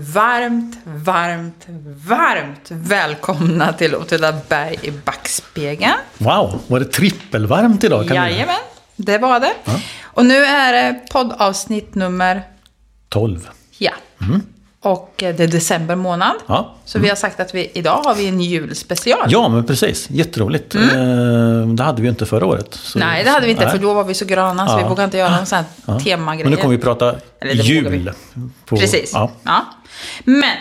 varmt välkomna till Åtvidaberg i backspegeln. Wow, var det trippelvarmt idag? Jajamän, det var det. Ja. Och nu är det poddavsnitt nummer 12. Ja. Och det är december månad. Ja. Så vi har sagt att idag har vi en julspecial. Ja, men precis. Jätteroligt. Det hade vi ju inte förra året. Så, nej, det hade vi inte, för då var vi så gröna så vi vågade inte göra en sån här temagrej. Men nu kommer vi prata jul. Precis. Ja. Men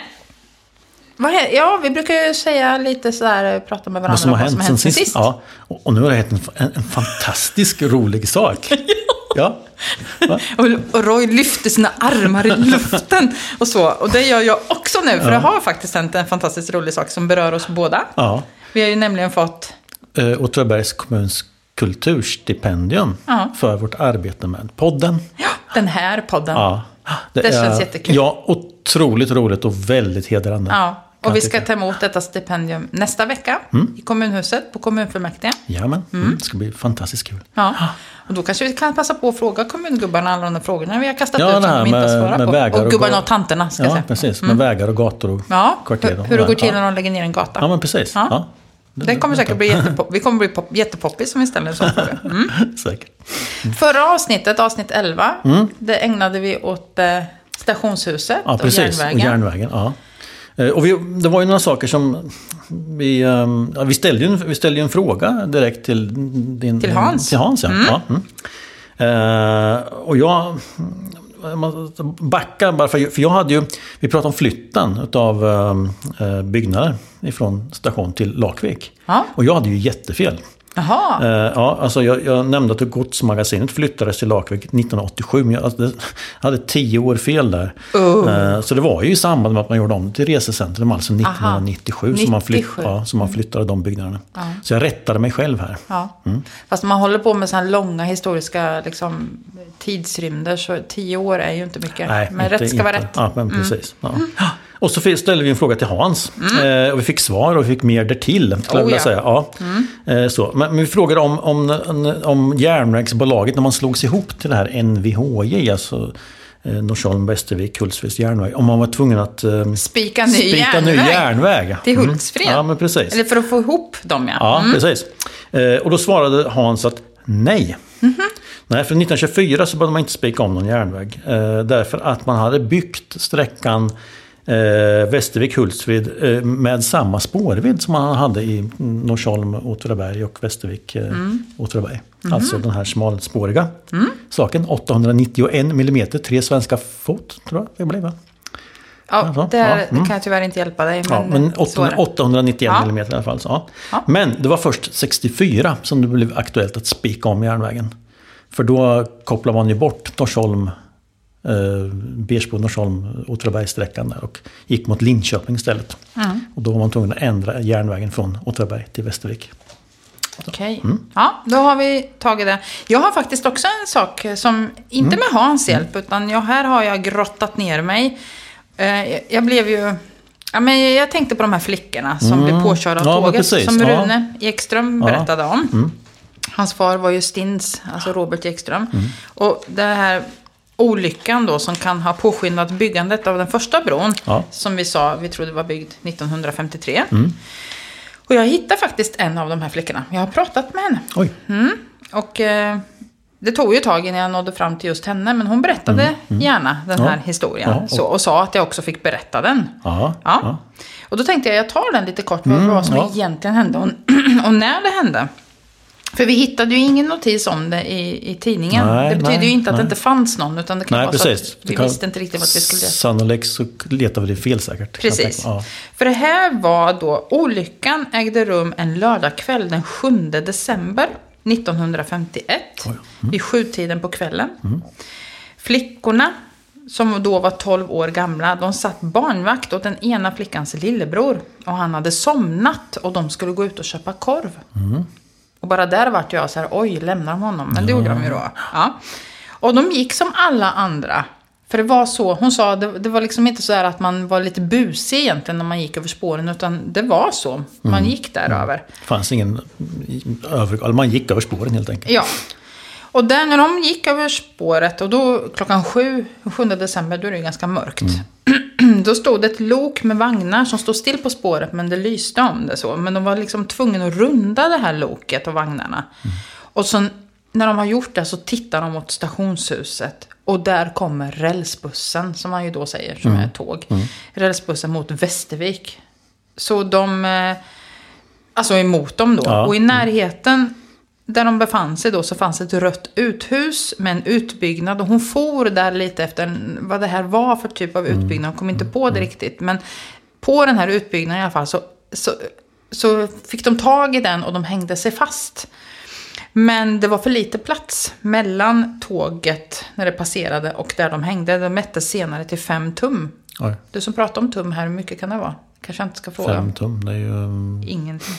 vi brukar ju säga lite sådär, prata med varandra vad som har hänt sen sist. Ja. Och nu har det hänt en fantastisk rolig sak. Ja. Och Roy lyfter sina armar i luften och så. Och det gör jag också nu, för det har faktiskt hänt en fantastiskt rolig sak som berör oss båda. Ja. Vi har ju nämligen fått Åtvidabergs kommuns kulturstipendium för vårt arbete med podden. Ja, den här podden. Ja. Det känns jättekul. Ja, otroligt roligt och väldigt hedrande. Ja. Och vi ska ta emot detta stipendium nästa vecka i kommunhuset på kommunfullmäktige. Jajamän, det ska bli fantastiskt kul. Ja. Och då kanske vi kan passa på att fråga kommungubbarna alla de där frågorna vi har kastat ut som de inte med svarar på. Och gubbarna och tanterna ska säga. Precis, med vägar och gator och kvarter. Hur det går till när de lägger ner en gata. Ja, men precis. Ja. Det kommer säkert bli vi kommer bli jättepoppis som vi ställer en sån fråga. Säkert. Förra avsnittet, avsnitt 11, det ägnade vi åt stationshuset och järnvägen. Och järnvägen, ja. Och det var ju några saker som vi ställde ju en fråga direkt till Hans. Till Hans, ja. Och jag backar bara för jag hade ju, vi pratade om flytten av byggnader ifrån station till Lakvik. Ja. Och jag hade ju jättefel. Alltså jag nämnde att godsmagasinet flyttades till Lakvik 1987, men jag hade 10 år fel där. Så det var ju i samband med att man gjorde om till resecentrum, alltså 1997 som man flyttade de byggnaderna. Så jag rättade mig själv här. Fast man håller på med så här långa historiska tidsrymder, så 10 år är ju inte mycket. Nej, men rätt ska vara rätt. Ja, men precis. Och så ställde vi en fråga till Hans. Och vi fick svar och vi fick mer därtill. Så. Men vi frågade om järnvägsbolaget när man slogs ihop till det här NVHJ, alltså Norsholm, Västervik, Hultsfreds järnväg. Om man var tvungen att spika ny järnväg till Hultsfred. Ja, men precis. Eller för att få ihop dem, Ja, precis. Och då svarade Hans att nej. Nej, för 1924 så började man inte spika om någon järnväg. Därför att man hade byggt sträckan Västervik-Hultsfred med samma spårvidd som man hade i Norsholm, Åtvidaberg och Västervik, Åtvidaberg. Alltså den här smalspåriga saken. 891 mm, 3 svenska fot, tror jag det blev, va? Ja, det kan jag tyvärr inte hjälpa dig. Men 891 mm i alla fall. Så. Ja. Men det var först 64 som det blev aktuellt att spika om järnvägen. För då kopplar man ju bort Norsholm, Bersbo, Norsholm, Åtvidabergssträckan där och gick mot Linköping istället. Och då var man tvungen att ändra järnvägen från Åtvidaberg till Västervik. Okej. Ja, då har vi tagit det. Jag har faktiskt också en sak som inte med Hans hjälp, utan här har jag grottat ner mig. Jag blev ju... Ja, men jag tänkte på de här flickorna som blev påkörda av tåget, som Rune Ekström berättade om. Hans far var ju Stins, alltså Robert Ekström. Och det här olyckan då som kan ha påskyndat byggandet av den första bron, som vi trodde var byggd 1953. Och jag hittade faktiskt en av de här flickorna. Jag har pratat med henne. Oj. Och det tog ju ett tag innan jag nådde fram till just henne, men hon berättade gärna den här historien och sa att jag också fick berätta den. Och då tänkte jag tar den lite kort vad som egentligen hände och när det hände. För vi hittade ju ingen notis om det i tidningen. Det betyder ju inte att det inte fanns någon, utan det kan vara så att vi visste inte riktigt vad vi skulle göra. Sannolikt så letar vi det fel säkert. Precis. För det här var då, olyckan ägde rum en lördagkväll den 7 december 1951 vid 7-tiden på kvällen. Flickorna, som då var 12 år gamla, de satt barnvakt åt den ena flickans lillebror. Och han hade somnat och de skulle gå ut och köpa korv. Och bara där vart jag så här, oj, lämnar de honom? Men det gjorde de ju då. Och de gick som alla andra. För det var så, hon sa, det var liksom inte så här att man var lite busig egentligen när man gick över spåren, utan det var så. Man gick där över. Det fanns ingen man gick över spåren helt enkelt. Ja. Och där när de gick över spåret, och då klockan 7 december, då är det ganska mörkt. Då stod det ett lok med vagnar som stod still på spåret, men det lyste om det så. Men de var liksom tvungna att runda det här loket och vagnarna. Och så när de har gjort det så tittar de mot stationshuset. Och där kommer rälsbussen, som man ju då säger, som är ett tåg. Rälsbussen mot Västervik. Så de, alltså emot dem då. Ja. Och i närheten där de befann sig då så fanns ett rött uthus med en utbyggnad. Och hon for där lite efter vad det här var för typ av utbyggnad. Hon kom inte på det riktigt. Men på den här utbyggnaden i alla fall så fick de tag i den och de hängde sig fast. Men det var för lite plats mellan tåget när det passerade och där de hängde. De mättes senare till 5 tum. Oj. Du som pratar om tum här, hur mycket kan det vara? Kanske jag inte ska fråga. 5 tum, det är ju... Ingenting.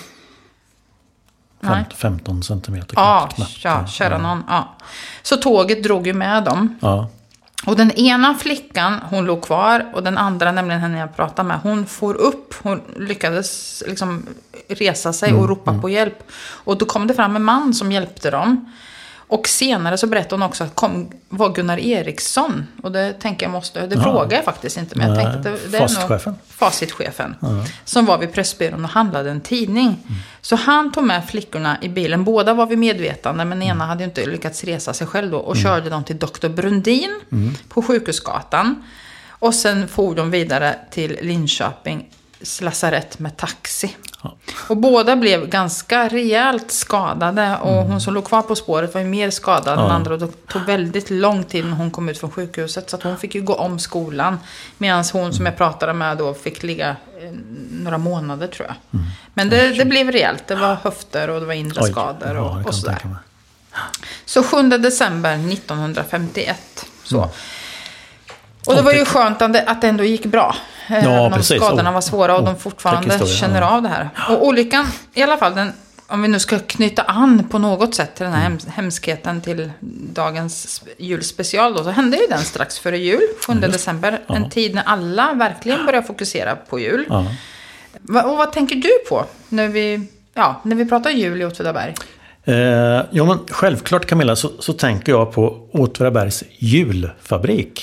15 centimeter. Ja, köra någon. Ja. Så tåget drog ju med dem. Ja. Och den ena flickan, hon låg kvar. Och den andra, nämligen henne jag pratade med, hon for upp. Hon lyckades liksom resa sig och ropa på hjälp. Och då kom det fram en man som hjälpte dem. Och senare så berättade hon också att var Gunnar Eriksson. Och det tänker jag frågar jag faktiskt inte. Men jag tänkte det är nog Facitchefen. Som var vid Pressbyrån och handlade en tidning. Så han tog med flickorna i bilen. Båda var vid medvetande, men ena hade ju inte lyckats resa sig själv då. Och körde dem till Dr. Brundin på Sjukhusgatan. Och sen for de vidare till Linköping lasarett med taxi. Ja. Och båda blev ganska rejält skadade. Och hon som låg kvar på spåret var ju mer skadad än andra. Och det tog väldigt lång tid när hon kom ut från sjukhuset. Så att hon fick ju gå om skolan. Medan hon som jag pratade med då fick ligga några månader tror jag. Men det blev rejält. Det var höfter och det var inre skador och sådär. Så 7 december 1951. Så. Och det var ju skönt att det ändå gick bra. Skadorna var svåra och de fortfarande känner av det här. Och olyckan, i alla fall, om vi nu ska knyta an på något sätt till den här hemskheten till dagens julspecial då, så hände ju den strax före jul, 7 december. En tid när alla verkligen börjar fokusera på jul. Och vad tänker du på när vi pratar jul i Åtvidaberg? Men självklart Camilla så tänker jag på Åtvidabergs julfabrik.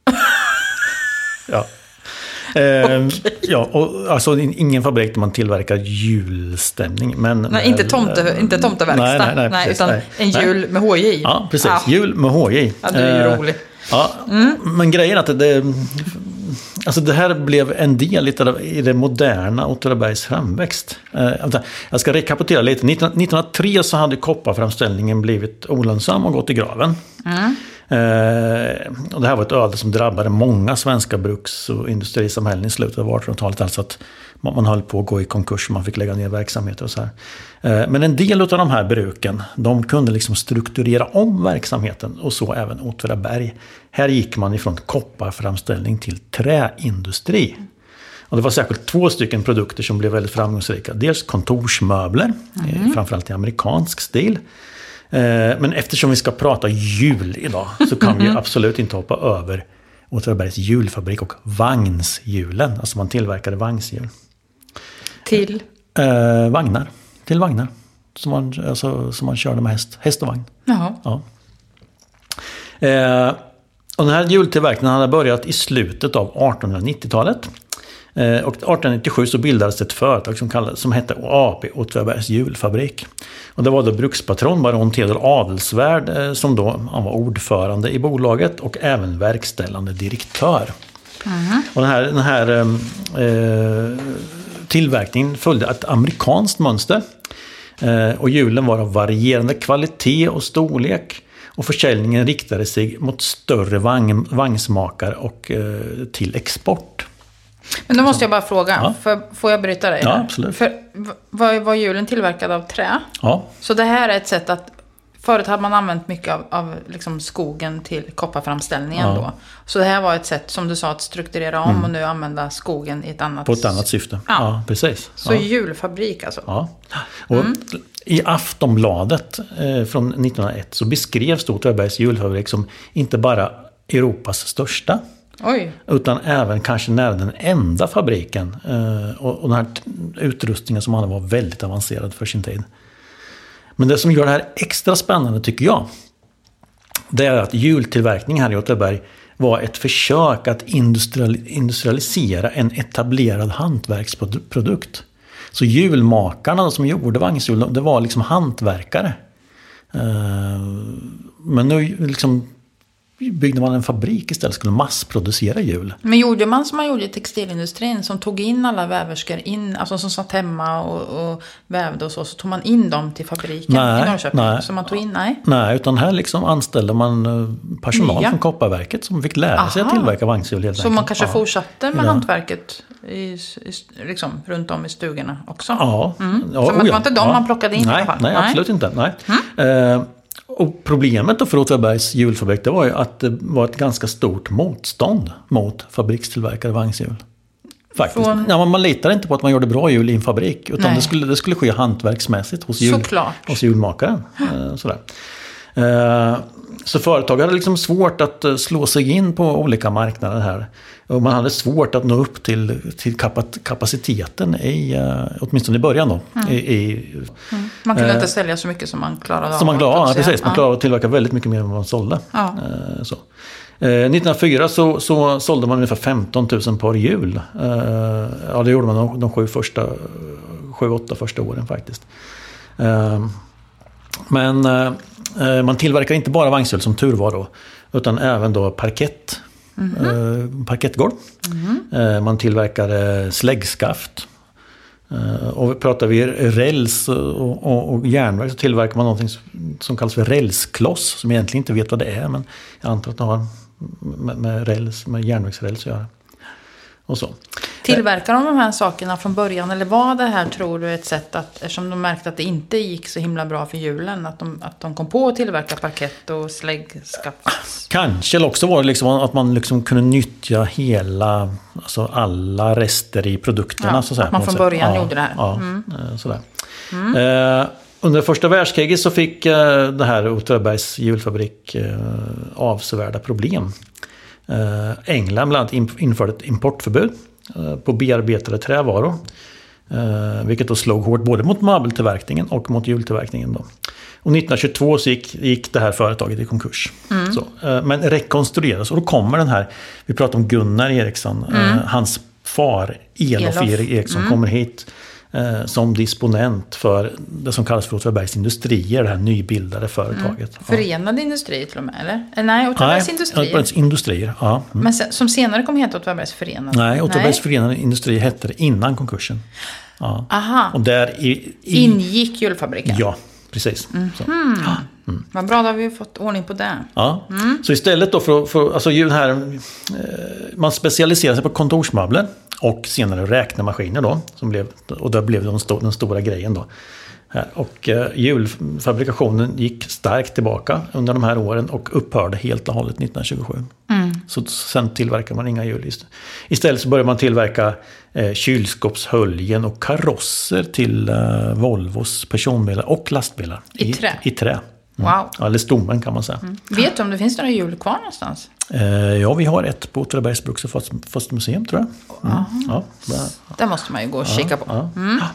Ja. Okay. Ja, och alltså ingen fabrik där man tillverkar julstämning, men nej, inte tomteverkstad. Nej, utan en jul med HJ. Ja, precis. Jul med HJ. Ja, det är ju roligt. Ja, men grejen är att det här blev en del i det moderna Åtvidabergs framväxt. Jag ska rekapitulera lite. 1903 så hade kopparframställningen blivit olönsam och gått i graven. Och det här var ett öde som drabbade många svenska bruks- och industrisamhällen i slutet av 1800-talet. Alltså att man höll på att gå i konkurs och man fick lägga ner verksamheter och så här. Men en del av de här bruken, de kunde liksom strukturera om verksamheten, och så även Åtvidaberg. Här gick man ifrån kopparframställning till träindustri. Och det var särskilt 2 stycken produkter som blev väldigt framgångsrika. Dels kontorsmöbler, framförallt i amerikansk stil. Men eftersom vi ska prata jul idag så kan vi absolut inte hoppa över Åtvidabergs julfabrik och vagnshjulen. Alltså man tillverkade vagnshjul. Till? Vagnar. Till vagnar. Som man körde med häst och vagn. Jaha. Ja. Och den här jultillverkningen hade börjat i slutet av 1890-talet. Och 1897 så bildades ett företag som hette AB Åtvidabergs julfabrik. Och det var då brukspatron baron Theodor Adelsvärd som då han var ordförande i bolaget och även verkställande direktör. Och den här tillverkningen följde ett amerikanskt mönster. Och hjulen var av varierande kvalitet och storlek. Och försäljningen riktade sig mot större vagnsmakare och till export. Men då måste jag bara fråga, får jag bryta dig? Ja, absolut. För var hjulen tillverkad av trä? Ja. Så det här är ett sätt att, förut hade man använt mycket av liksom skogen till kopparframställningen då. Så det här var ett sätt, som du sa, att strukturera om och nu använda skogen i ett annat... På ett annat syfte, ja precis. Så julfabrik alltså. Ja, och i Aftonbladet från 1901 så beskrevs då Åtvidabergs julfabrik som inte bara Europas största, utan även kanske nära den enda fabriken. Och den här utrustningen som hade var väldigt avancerad för sin tid. Men det som gör det här extra spännande tycker jag, det är att jultillverkning här i Åtvidaberg var ett försök att industrialisera en etablerad hantverksprodukt. Så hjulmakarna som gjorde vagnshjul, det var liksom hantverkare. Men nu liksom byggde man en fabrik istället, skulle massproducera hjul. Men gjorde man som man gjorde i textilindustrin, som tog in alla väverskor in, alltså som satt hemma och vävde och så tog man in dem till fabriken i Norrköping? Nej. Så man tog in, nej, utan här liksom anställde man personal från Kopparverket som fick lära sig att tillverka vagnshjul helt enkelt. Så man kanske fortsatte med hantverket liksom, runt om i stugorna också? Ja. Så det var inte dem man plockade in i alla fall? Nej, absolut inte. Nej. Och problemet då för Åtvidabergs hjulfabrik, det var ju att det var ett ganska stort motstånd mot fabrikstillverkade vagnshjul. Faktiskt. Man litar inte på att man gjorde bra hjul i en fabrik, utan det skulle ske hantverksmässigt hos hjulmakaren. Sådär. Så företag hade liksom svårt att slå sig in på olika marknader här. Och man hade svårt att nå upp till kapaciteten åtminstone i början då. Man kunde inte sälja så mycket som man klarade av. Precis. Man klarade att tillverka väldigt mycket mer än vad man sålde. Ja. 1904 så sålde man ungefär 15 000 par hjul. Det gjorde man de 7-8 första åren faktiskt. Men man tillverkar inte bara vagnshjul som tur var då, utan även då parkett. Parkettgolv. Man tillverkar släggskaft. Och pratar vi räls och järnväg, så tillverkar man något som kallas för rälskloss, som egentligen inte vet vad det är, men jag antar att det har med järnvägsräls att göra. Och så. Tillverkar de här sakerna från början, eller var det här, tror du, ett sätt att, eftersom de märkte att det inte gick så himla bra för hjulen, att de kom på att tillverka parkett och släggskaft? Kanske, eller också var det liksom att man liksom kunde nyttja alla rester i produkterna. Så att man från början gjorde det här. Sådär. Under första världskriget så fick det här Åtvidabergs hjulfabrik avsevärda problem. England bland annat införde ett importförbud på bearbetade trävaror, vilket då slog hårt både mot möbeltillverkningen och mot hjultillverkningen då. Och 1922 så gick det här företaget i konkurs. Men rekonstrueras, och då kommer den här, vi pratar om Gunnar Eriksson, hans far Elof Eriksson kommer hit som disponent för det som kallas för Åtvidabergs Industrier, det här nybildade företaget. Förenade industrier till och med, eller? Nej, Åtvidabergs Industrier. Ja. Men som senare kom heta Åtvidabergs Förenade? Nej, Åtvidabergs Förenade Industrier hette det innan konkursen. Ja. Aha. Och där ingick hjulfabriken? Ja, precis. Vad bra, då har vi fått ordning på det. Ja. Så istället då man specialiserar sig på kontorsmöbler och senare räknemaskiner då, och där blev den stora grejen då. Och hjulfabrikationen gick starkt tillbaka under de här åren och upphörde helt och hållet 1927. Så sen tillverkar man inga hjul. Istället så började man tillverka kylskåpshöljen och karosser till Volvos personbilar och lastbilar. I trä. Wow. Eller stommen kan man säga. Vet du om det finns några hjul kvar någonstans? Ja, vi har ett på Åtvidabergs Bruks- och Fastmuseum, tror jag. Det måste man ju gå och kika på.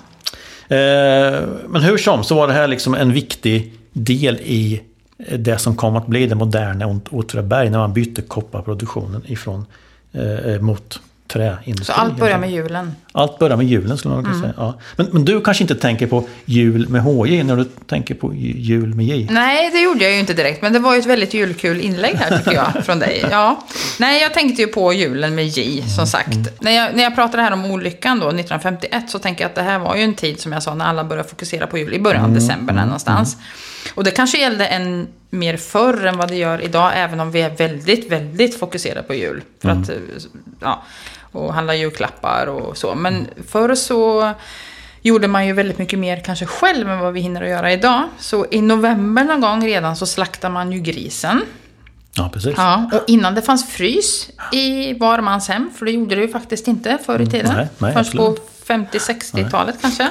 Men hur som, så var det här liksom en viktig del i det som kom att bli det moderna Åtvidaberg när man bytte kopparproduktionen ifrån mot träindustri. Så allt börjar med hjulen? Allt börjar med hjulen, skulle man kunna säga. Ja. Men du kanske inte tänker på hjul med HJ när du tänker på hjul med J? Nej, det gjorde jag ju inte direkt. Men det var ju ett väldigt julkul inlägg här, tycker jag, från dig. Ja. Nej, jag tänkte ju på hjulen med J, som sagt. När jag pratade här om olyckan då, 1951, så tänker jag att det här var ju en tid, som jag sa, när alla började fokusera på hjul i början av december någonstans. Och det kanske gällde en mer förr än vad det gör idag, även om vi är väldigt, väldigt fokuserade på jul. För att, och handla julklappar och så. Men förr så gjorde man ju väldigt mycket mer kanske själv än vad vi hinner att göra idag. Så i november någon gång redan så slaktar man ju grisen. Ja, precis. Ja, och innan det fanns frys i var mans hem, för det gjorde det ju faktiskt inte förr i tiden. Först på 50-60-talet kanske.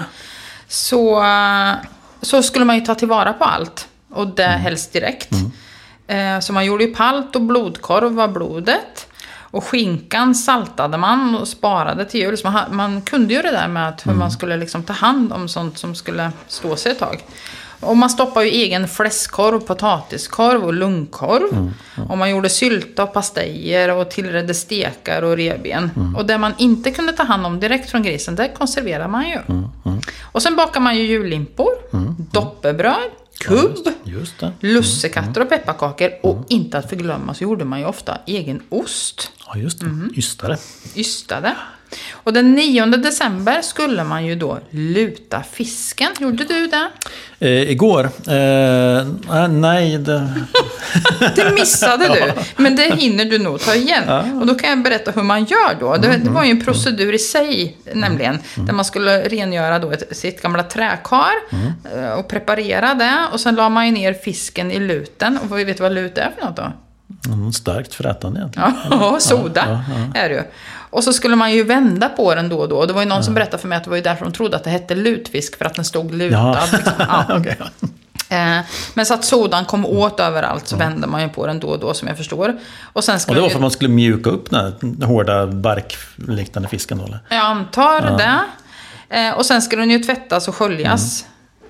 Så skulle man ju ta tillvara på allt. Och det helst direkt. Så man gjorde ju palt och blodkorv var blodet. Och skinkan saltade man och sparade till jul. Så man kunde ju det där med hur man skulle liksom ta hand om sånt som skulle stå sig ett tag. Och man stoppar ju egen fläskkorv, potatiskorv och lungkorv. Och man gjorde sylta och pastejer och tillredde stekar och revben. Och det man inte kunde ta hand om direkt från grisen, det konserverar man ju. Och sen bakar man ju jullimpor, doppebröd, kubb, lussekatter och pepparkakor. Och inte att förglömma så gjorde man ju ofta egen ost. Ja, just det. Ystade. Och den 9 december skulle man ju då luta fisken. Gjorde du det? Igår? Nej. Det missade du. Men det hinner du nog ta igen. Och då kan jag berätta hur man gör då. Det var ju en procedur i sig nämligen. Där man skulle rengöra då sitt gamla träkar. Och preparera det. Och sen la man ju ner fisken i luten. Och vi vet vad lut är för något då? Starkt förätande egentligen. Ja, soda är det ju. Och så skulle man ju vända på den då och då. Det var ju någon som berättade för mig att det var ju därför de trodde att det hette lutfisk. För att den stod lutad. Liksom. Okay. Men så att sodan kom åt överallt så vände man ju på den då och då som jag förstår. Och sen skulle det var för att man skulle mjuka upp den hårda barkliknande fisken då, eller? Jag antar det. Och sen skulle den ju tvättas och sköljas.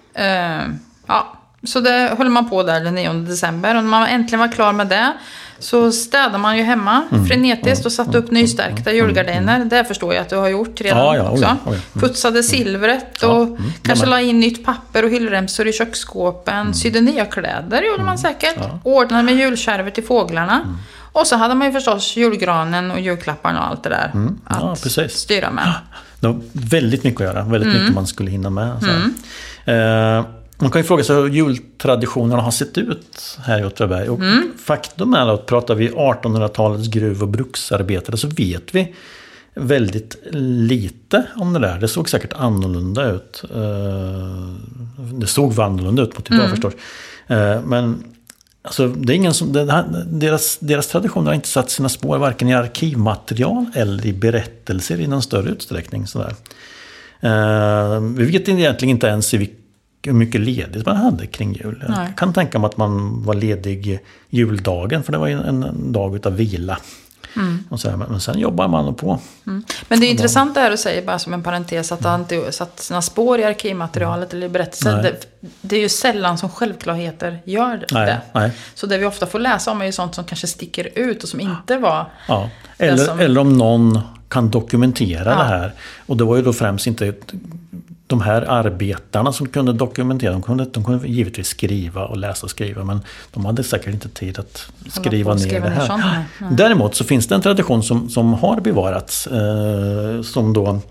Så det höll man på där den 9 december. Och när man äntligen var klar med det så städade man ju hemma frenetiskt och satte upp nystärkta julgardiner. Det förstår jag att du har gjort redan också. Putsade silvret och kanske la in nytt papper och hyllremsor i köksskåpen. Sydde nya kläder gjorde man säkert. Ordnade med julkärver till fåglarna. Och så hade man ju förstås julgranen och julklapparna och allt det där att styra med. Det var väldigt mycket att göra. Väldigt mycket man skulle hinna med. Man kan ju fråga sig hur jultraditionerna har sett ut här i Åtvidaberg. Och faktum är att pratar vi 1800-talets gruv- och bruksarbetare så vet vi väldigt lite om det där. Det såg säkert annorlunda ut. Det såg annorlunda ut mot idag förstås. Men alltså, det är ingen som, deras traditioner har inte satt sina spår varken i arkivmaterial eller i berättelser i någon större utsträckning. Sådär. Vi vet egentligen inte ens hur mycket ledigt man hade kring jul. Jag kan tänka mig att man var ledig juldagen, för det var ju en dag utav vila. Och så här, men sen jobbar man på. Men det är intressant det här att säga, bara som en parentes, att det inte satt sina spår i arkivmaterialet eller i berättelsen. Det är ju sällan som självklarheter gör det. Nej. Så det vi ofta får läsa om är ju sånt som kanske sticker ut och som inte var... Ja. Eller om någon kan dokumentera det här. Och det var ju då främst inte... De här arbetarna som kunde dokumentera, de kunde givetvis skriva och läsa och skriva, men de hade säkert inte tid att skriva ner det här. Däremot så finns det en tradition som har bevarats, som då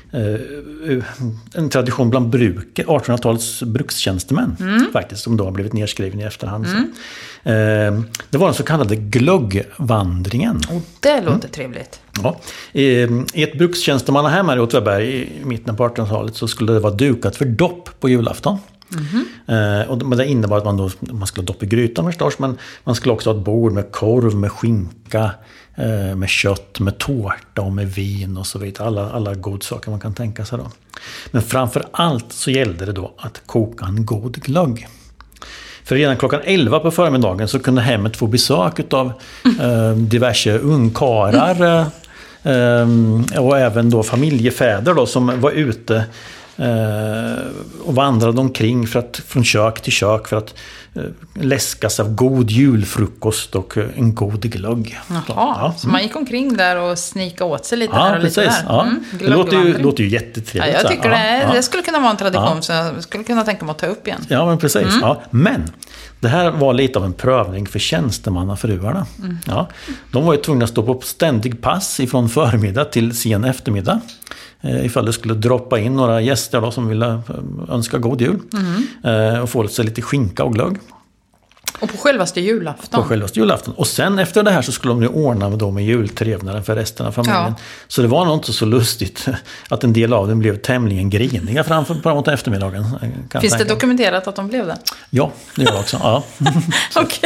en tradition bland 1800-talets brukstjäntemän faktiskt, som då har blivit nedskriven i efterhand. Det var den så kallade glöggvandringen. Och det låter trevligt. Ja. I ett brukstjänstemannahem här i Åtvidaberg i mitten på 1800-talet så skulle det vara dukat för dopp på julafton. Och det innebar att man skulle ha dopp i grytan förstås, men man skulle också ha ett bord med korv, med skinka, med kött, med tårta och med vin och så vidare. Alla godsaker man kan tänka sig då. Men framför allt så gällde det då att koka en god glögg. För redan klockan 11 på förmiddagen så kunde hemmet få besök av diverse ungkarar och även då familjefäder då, som var ute och vandrade omkring från kök till kök för att läskas av god julfrukost och en god glögg. Så man gick omkring där och snika åt sig lite här och lite där. Det låter ju jättetrevligt. Jag tycker det skulle kunna vara en tradition som jag skulle kunna tänka mig att ta upp igen. Ja, men precis. Men det här var lite av en prövning för tjänstemannafruarna. De var ju tvungna att stå på ständig pass ifrån förmiddag till sen eftermiddag. Ifall det skulle droppa in några gäster då, som ville önska god jul. Och få sig lite skinka och glögg. Och på självaste julafton. Och sen efter det här så skulle de ju ordna med jultrevnaden för resten av familjen. Så det var nog inte så lustigt att en del av dem blev tämligen griniga framåt eftermiddagen. Finns det dokumenterat att de blev det? Ja, det gör det också. Okej.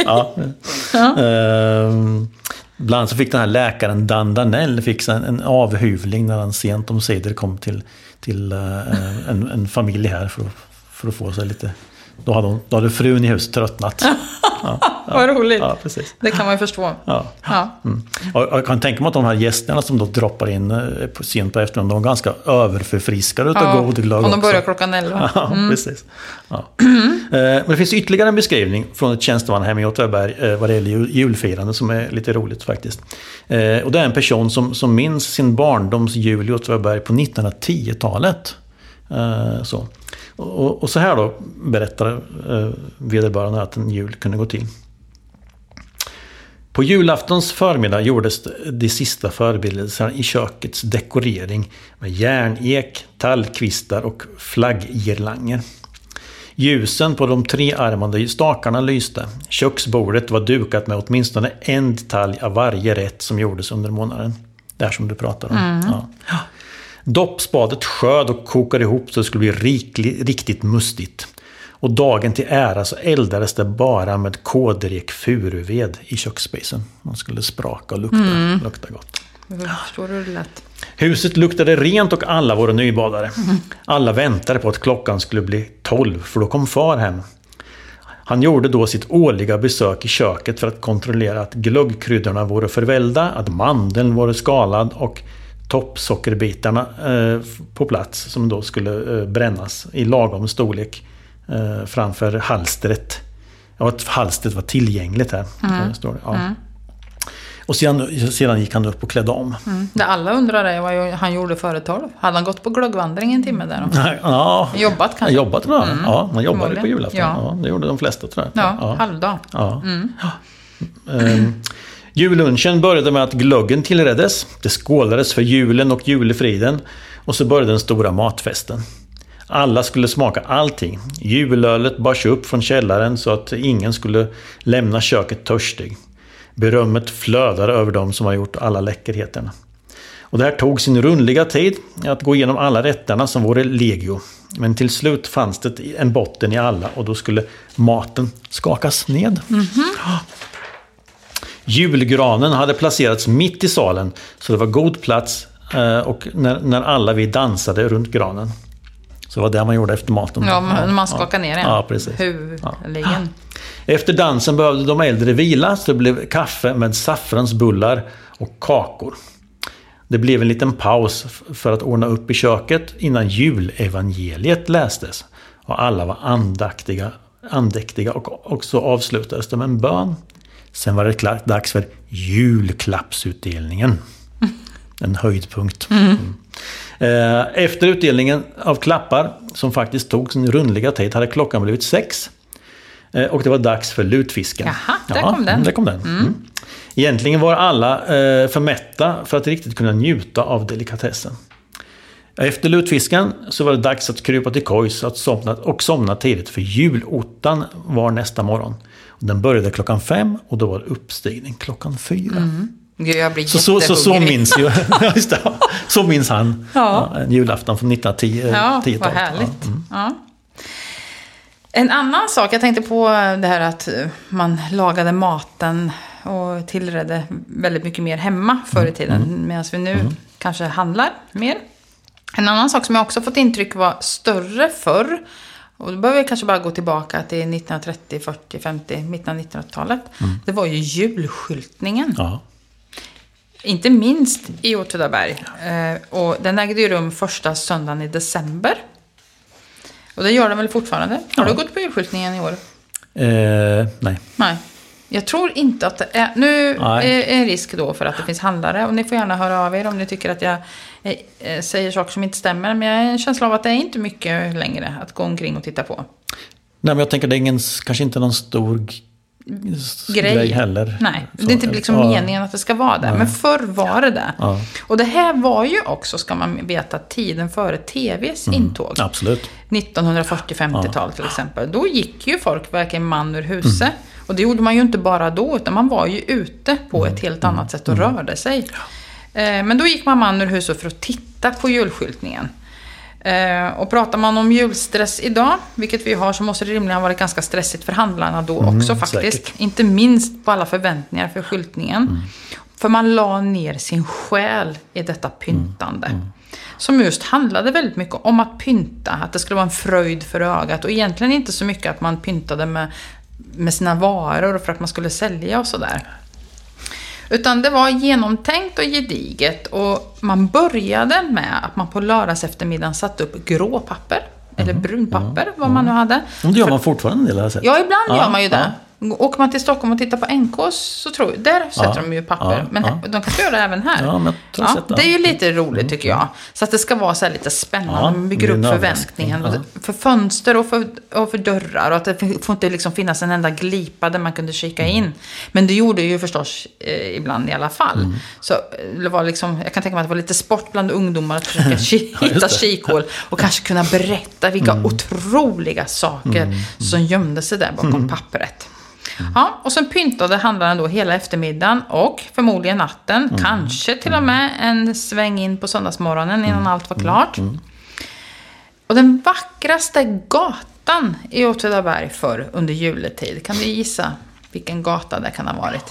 Bland annat så fick den här läkaren Dan Danell en avhyvling när han sent om sidor kom till en familj här för att få sig lite Då hade frun i huset tröttnat. Vad roligt. Ja, precis. Det kan man ju förstå. Ja. Mm. Och jag kan tänka mig att de här gästerna som då droppar in sent på eftermiddagen, de är ganska överförfriskade utav god glögg. Och de börjar klockan 11. Ja, precis. Ja. Men det finns ytterligare en beskrivning från ett tjänstemannahem i Åtvidaberg vad det gäller julfirande som är lite roligt faktiskt. Och det är en person som minns sin barndoms jul i Åtvidaberg på 1910-talet. Så. Och så här då berättar vederbörande att en jul kunde gå till. På julaftons förmiddag gjordes de sista förberedelserna i kökets dekorering med järnek, tallkvistar och flagggirlanger. Ljusen på de trearmade stakarna lyste. Köksbordet var dukat med åtminstone en detalj av varje rätt som gjordes under månaden. Det här som du pratar om. Ja. Doppspadet sköd och kokade ihop så det skulle bli riktigt mustigt. Och dagen till ära så eldades det bara med kåderek furuved i köksspisen. Man skulle spraka och lukta gott. Jag förstår hur det lät. Huset luktade rent och alla var nybadare. Alla väntade på att klockan skulle bli 12 för då kom far hem. Han gjorde då sitt årliga besök i köket för att kontrollera att glöggkryddorna vore förvällda, att mandeln var skalad och toppsockerbitarna på plats som då skulle brännas i lagom storlek framför halstret. Ja, att halstret var tillgängligt här. Står det. Ja. Och sedan gick han upp och klädde om. Det alla undrar är vad han gjorde före 12. Hade han gått på glöggvandring en timme där? Ja. Jobbat kanske? Jobbat tror jag. Ja, man jobbade på julafton. Ja, det gjorde de flesta tror jag. Ja, halvdag. Ja. Jullunchen började med att glöggen tillreddes. Det skålades för julen och julefriden. Och så började den stora matfesten. Alla skulle smaka allting. Julölet bars upp från källaren så att ingen skulle lämna köket törstig. Berömmet flödade över dem som har gjort alla läckerheterna. Och det här tog sin rundliga tid att gå igenom alla rätterna som vore legio. Men till slut fanns det en botten i alla och då skulle maten skakas ned. Julgranen hade placerats mitt i salen så det var god plats och när alla vi dansade runt granen. Så det var det man gjorde efter maten. Ja, man skakade ner den. Ja, precis. Huvudligen. Efter dansen behövde de äldre vila så det blev kaffe med saffransbullar och kakor. Det blev en liten paus för att ordna upp i köket innan julevangeliet lästes. Och alla var andäktiga och så avslutades det med en bön. Sen var det dags för julklappsutdelningen. En höjdpunkt. Efter utdelningen av klappar som faktiskt tog sin rundliga tid hade klockan blivit 6. Och det var dags för lutfisken. Jaha, där kom den. Egentligen var alla för mätta för att riktigt kunna njuta av delikatessen. Efter lutfisken så var det dags att krypa till kojs och somna tidigt för julottan var nästa morgon. Den började klockan 5 och då var det uppstigning klockan 4. Jag blir så minns ju. Just det, så minns han en julafton från 1910. Ja, vad härligt. Ja. En annan sak, jag tänkte på det här att man lagade maten och tillredde väldigt mycket mer hemma förr i tiden. Medan vi nu kanske handlar mer. En annan sak som jag också fått intryck var större förr. Och då behöver vi kanske bara gå tillbaka till 1930, 40, 50, mitten av 1900-talet. Det var ju julskyltningen. Ja. Inte minst i Åtvidaberg. Och den ägde ju rum första söndagen i december. Och det gör den väl fortfarande. Har du gått på julskyltningen i år? Nej. Jag tror inte att det är... Nu är en risk då för att det finns handlare. Och ni får gärna höra av er om ni tycker att jag säger saker som inte stämmer. Men jag har en känsla av att det är inte mycket längre att gå omkring och titta på. Nej, men jag tänker det är kanske inte någon stor grej heller. Nej, det är inte liksom meningen att det ska vara det. Men förr var det det. Ja. Och det här var ju också, ska man veta, tiden före tvs intåg. Absolut. 1940-50-tal till exempel. Då gick ju folk verkligen man ur huset. Och det gjorde man ju inte bara då, utan man var ju ute på ett helt annat sätt och rörde sig. Men då gick man ur huset för att titta på julskyltningen. Och pratar man om julstress idag, vilket vi har, så måste det rimligen ha varit ganska stressigt för handlarna då också faktiskt. Säkert. Inte minst på alla förväntningar för skyltningen. För man la ner sin själ i detta pyntande. som just handlade väldigt mycket om att pynta, att det skulle vara en fröjd för ögat och egentligen inte så mycket att man pyntade med sina varor för att man skulle sälja och sådär. Utan det var genomtänkt och gediget och man började med att man på lördags eftermiddagen satte upp grå papper eller brunpapper, vad man nu hade. Och det gör man fortfarande en del, har jag sett. Ja, ibland gör man ju det. Åker man till Stockholm och tittar på NK så tror jag, där sätter de ju papper. Men de kan göra det även här. Ja, men det är ju lite roligt tycker jag. Så att det ska vara så här lite spännande. Man bygger upp förväntningen. För fönster och för dörrar. Och att det får inte liksom finnas en enda glipa där man kunde kika in. Men det gjorde ju förstås ibland i alla fall. Så det var liksom, jag kan tänka mig att det var lite sport bland ungdomar att försöka hitta kikhål. Och kanske kunna berätta vilka otroliga saker som gömde sig där bakom pappret. Ja, och sen pyntade handlaren då hela eftermiddagen och förmodligen natten. Kanske till och med en sväng in på söndagsmorgonen innan allt var klart. Och den vackraste gatan i Åtvidaberg för under juletid. Kan du gissa vilken gata det kan ha varit?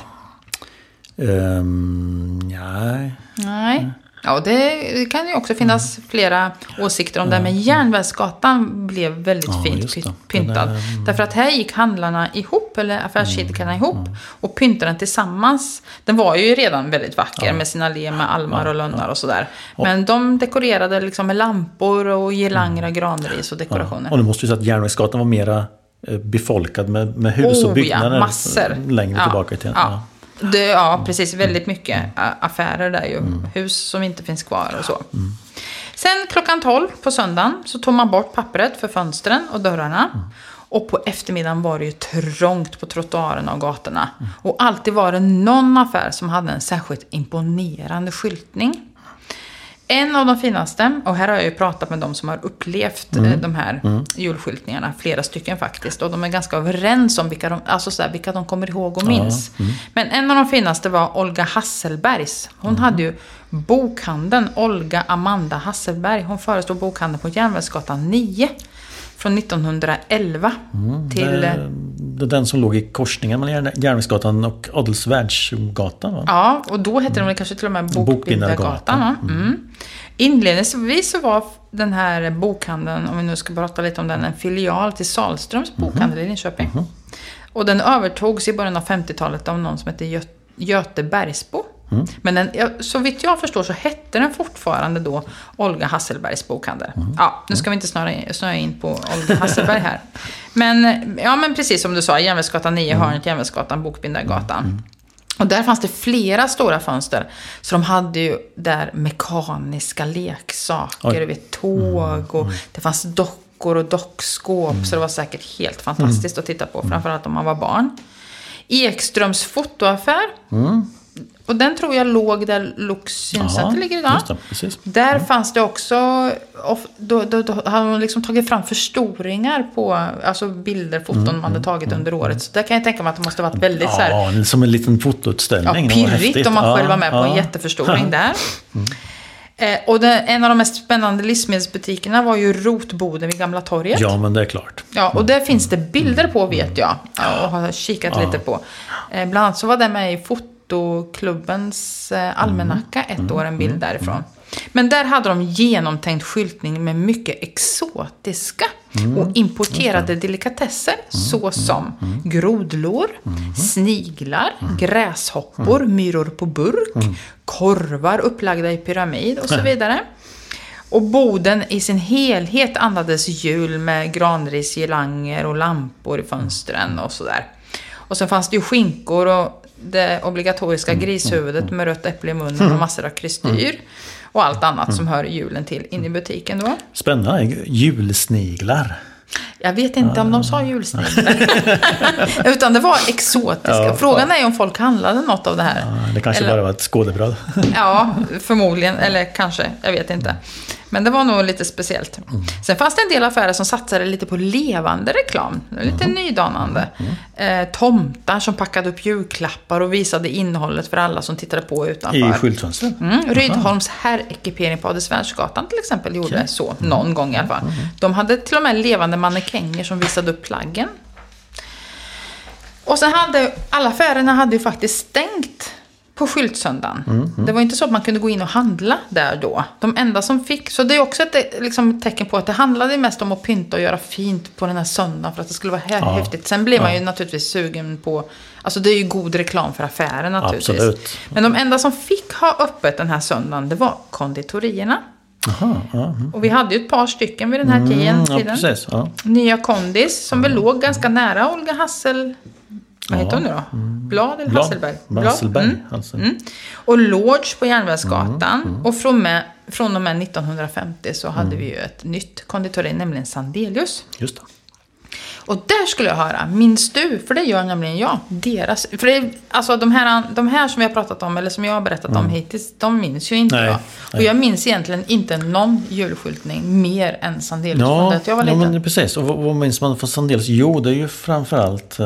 Nej. Ja, det kan ju också finnas flera åsikter om det. Men Järnvägsgatan blev väldigt fint pyntad. Därför att här gick handlarna ihop, eller affärsidkarna ihop, och pyntade den tillsammans. Den var ju redan väldigt vacker med sina allé med almar och lönnar och sådär. Men de dekorerade liksom med lampor och girlanger, granris och dekorationer. Och du måste ju säga att Järnvägsgatan var mera befolkad med hus och byggnader massor. Längre tillbaka i tiden. Precis. Väldigt mycket affärer där ju. Hus som inte finns kvar och så. Sen 12:00 på söndagen så tog man bort pappret för fönstren och dörrarna. Och på eftermiddagen var det ju trångt på trottoarerna och gatorna. Och alltid var det någon affär som hade en särskilt imponerande skyltning. En av de finaste, och här har jag ju pratat med de som har upplevt de här julskyltningarna, flera stycken faktiskt, och de är ganska överens om vilka de kommer ihåg och minns. Men en av de finaste var Olga Hasselbergs. Hon hade ju bokhandeln Olga Amanda Hasselberg. Hon förestod bokhandeln på Järnvägsgatan 9 från 1911 till... Det är den som låg i korsningen mellan Järnvägsgatan och Adelsvärdsgatan, va? Ja, och då hette de kanske till och med Bokbindargatan. Inledningsvis så var den här bokhandeln, om vi nu ska prata lite om den, en filial till Salströms bokhandel i Linköping. Och den övertogs i början av 50-talet av någon som hette Göte Bergsbo. Men så vitt jag förstår så hette den fortfarande då Olga Hasselbergs bokhandel. Nu ska vi inte snöa in på Olga Hasselberg här. Men precis som du sa, Järnvägsgatan 9, hörnet Järnvägsgatan, Bokbindargatan. Och där fanns det flera stora fönster. Så de hade ju där mekaniska leksaker, tåg, och det fanns dockor och dockskåp. Så det var säkert helt fantastiskt att titta på, framförallt om man var barn. Ekströms fotoaffär. Och den tror jag låg där Luxcenter ligger idag. Där fanns det också, då hade man liksom tagit fram förstoringar på alltså bilder, foton man hade tagit under året. Så där kan jag tänka mig att det måste ha varit väldigt så här... Ja, som en liten fotoutställning. Pirrigt om man själv var med på en jätteförstoring där. Och en av de mest spännande livsmedelsbutikerna var ju Rotboden vid Gamla torget. Ja, men det är klart. Ja, och där finns det bilder på, vet jag. Och har kikat lite på. Bland annat så var det med i fotoklubbens almanacka ett år, en bild därifrån. Men där hade de genomtänkt skyltning med mycket exotiska och importerade delikatesser, såsom grodlår, sniglar, gräshoppor, myror på burk, korvar upplagda i pyramid och så vidare. Och boden i sin helhet andades jul med granris, girlanger och lampor i fönstren och sådär. Och sen fanns det ju skinkor och det obligatoriska grishuvudet med rött äpple i munnen och massor av kristyr. Och allt annat som hör julen till in i butiken då. Spännande. Julsniglar. Jag vet inte om de sa julsniglar. Utan det var exotiska. Frågan är om folk handlade något av det här. Det kanske bara var ett skådebröd. Ja, förmodligen. Eller kanske. Jag vet inte. Men det var nog lite speciellt. Sen fanns det en del affärer som satsade lite på levande reklam. Lite nydanande. Tomtar som packade upp julklappar och visade innehållet för alla som tittade på utanför. I skyltfönster. Rydholms herrekipering på Adelsvärdsgatan till exempel gjorde så någon gång i alla fall. De hade till och med levande mannekänger som visade upp plaggen. Och sen hade alla affärerna hade ju faktiskt stängt på skyltsöndagen. Det var inte så att man kunde gå in och handla där då. De enda som fick, så det är också ett tecken på att det handlade mest om att pynta och göra fint på den här söndagen för att det skulle vara häftigt. Sen blir man ju naturligtvis sugen på, alltså det är ju god reklam för affären naturligtvis. Absolut. Men de enda som fick ha öppet den här söndagen, det var konditorierna. Och vi hade ju ett par stycken vid den här tiden. Ja, precis, Nya Kondis som väl låg ganska nära Olga Hassel. Vad heter hon nu då? Blad eller Hasselberg? Hasselberg. Och Lodge på Järnvägsgatan. Och från och med 1950 så hade vi ju ett nytt konditori, nämligen Sandelius. Just det. Och där skulle jag höra, minns du, för det gör nämligen jag, deras, för det, alltså de här som vi har pratat om, eller som jag har berättat om hittills, de minns ju inte jag. Och jag minns egentligen inte någon julskyltning mer än Sandelius från det jag var liten. Men precis, och vad minns man från Sandelius? Jo, det är ju framförallt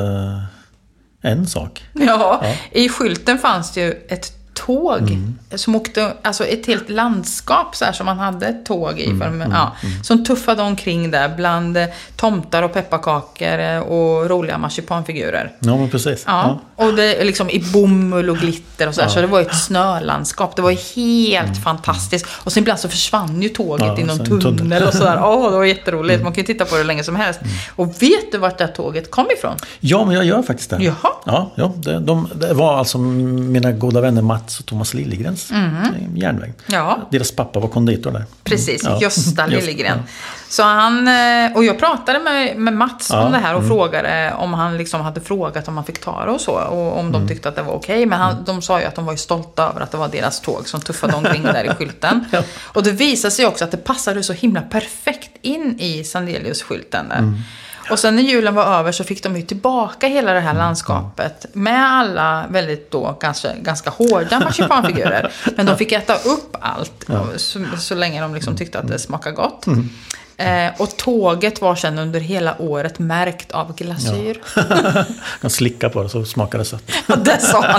en sak. Ja, i skylten fanns det ju ett tåg som åkte, alltså ett helt landskap så här, som man hade ett tåg i som tuffade omkring där bland tomtar och pepparkakor och roliga marsipanfigurer. Ja, men precis. Och det liksom i bomull och glitter och så här, så det var ett snölandskap. Det var helt fantastiskt. Och sen ibland så försvann ju tåget i någon tunnel och så där. Det var jätteroligt. Man kan ju titta på det länge som helst. Och vet du vart det tåget kom ifrån? Ja, men jag gör faktiskt det. Jaha. Ja, det var alltså mina goda vänner Mats och Thomas Liljegren's järnväg. Ja. Deras pappa var konditor där. Precis, Gösta Liljegren. Så han, och jag pratade med Mats om det här och frågade om han liksom hade frågat om man fick ta det och så. Och om de tyckte att det var okej. Men de sa ju att de var ju stolta över att det var deras tåg som tuffade omkring där i skylten. Och det visade sig också att det passade så himla perfekt in i Sandelius-skylten där. Och sen när julen var över så fick de ju tillbaka hela det här landskapet med alla väldigt då ganska hårda marsipanfigurer. Men de fick äta upp allt så länge de liksom tyckte att det smakade gott. Och tåget var sedan under hela året märkt av glasyr. De slickade på det så smakade det sött. Det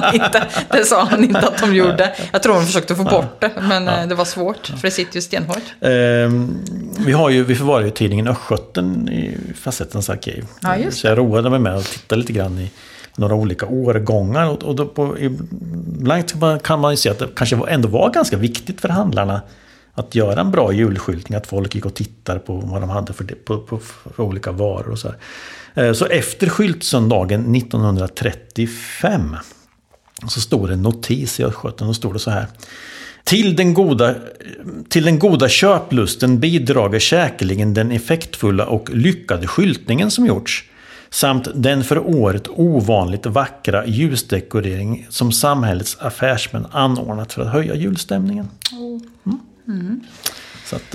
sa han inte att de gjorde. Jag tror de försökte få bort det, men det var svårt, för det sitter ju stenhårt. Vi förvarar ju tidningen Östgöten i Facettens arkiv. Så jag roade mig med att titta lite grann i några olika årgångar. Och då ibland kan man ju se att det kanske ändå var ganska viktigt för handlarna att göra en bra julskyltning, att folk gick och tittade på vad de hade för olika varor och så här. Så efter skyltsöndagen 1935 så stod det en notis i Östgöten och stod det så här: Till den goda köplusten bidrager säkerligen den effektfulla och lyckade skyltningen som gjorts, samt den för året ovanligt vackra ljusdekorering som samhällets affärsmän anordnat för att höja julstämningen. Så att,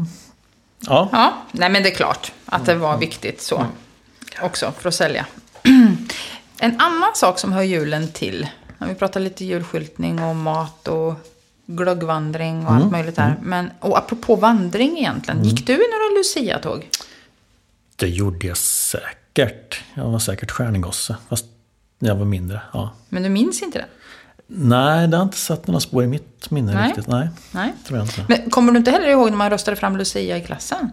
nej men det är klart att det var viktigt så också för att sälja. En annan sak som hör julen till, när vi pratar lite julskyltning och mat och glöggvandring och allt möjligt här. Men, och apropå vandring egentligen, gick du i några Lucia-tåg? Det gjorde jag säkert. Jag var säkert stjärngosse, fast när jag var mindre. Ja. Men du minns inte det? Nej, det har inte satt några spår i mitt minne riktigt. Nej, tror jag inte. Men kommer du inte heller ihåg när man röstade fram Lucia i klassen?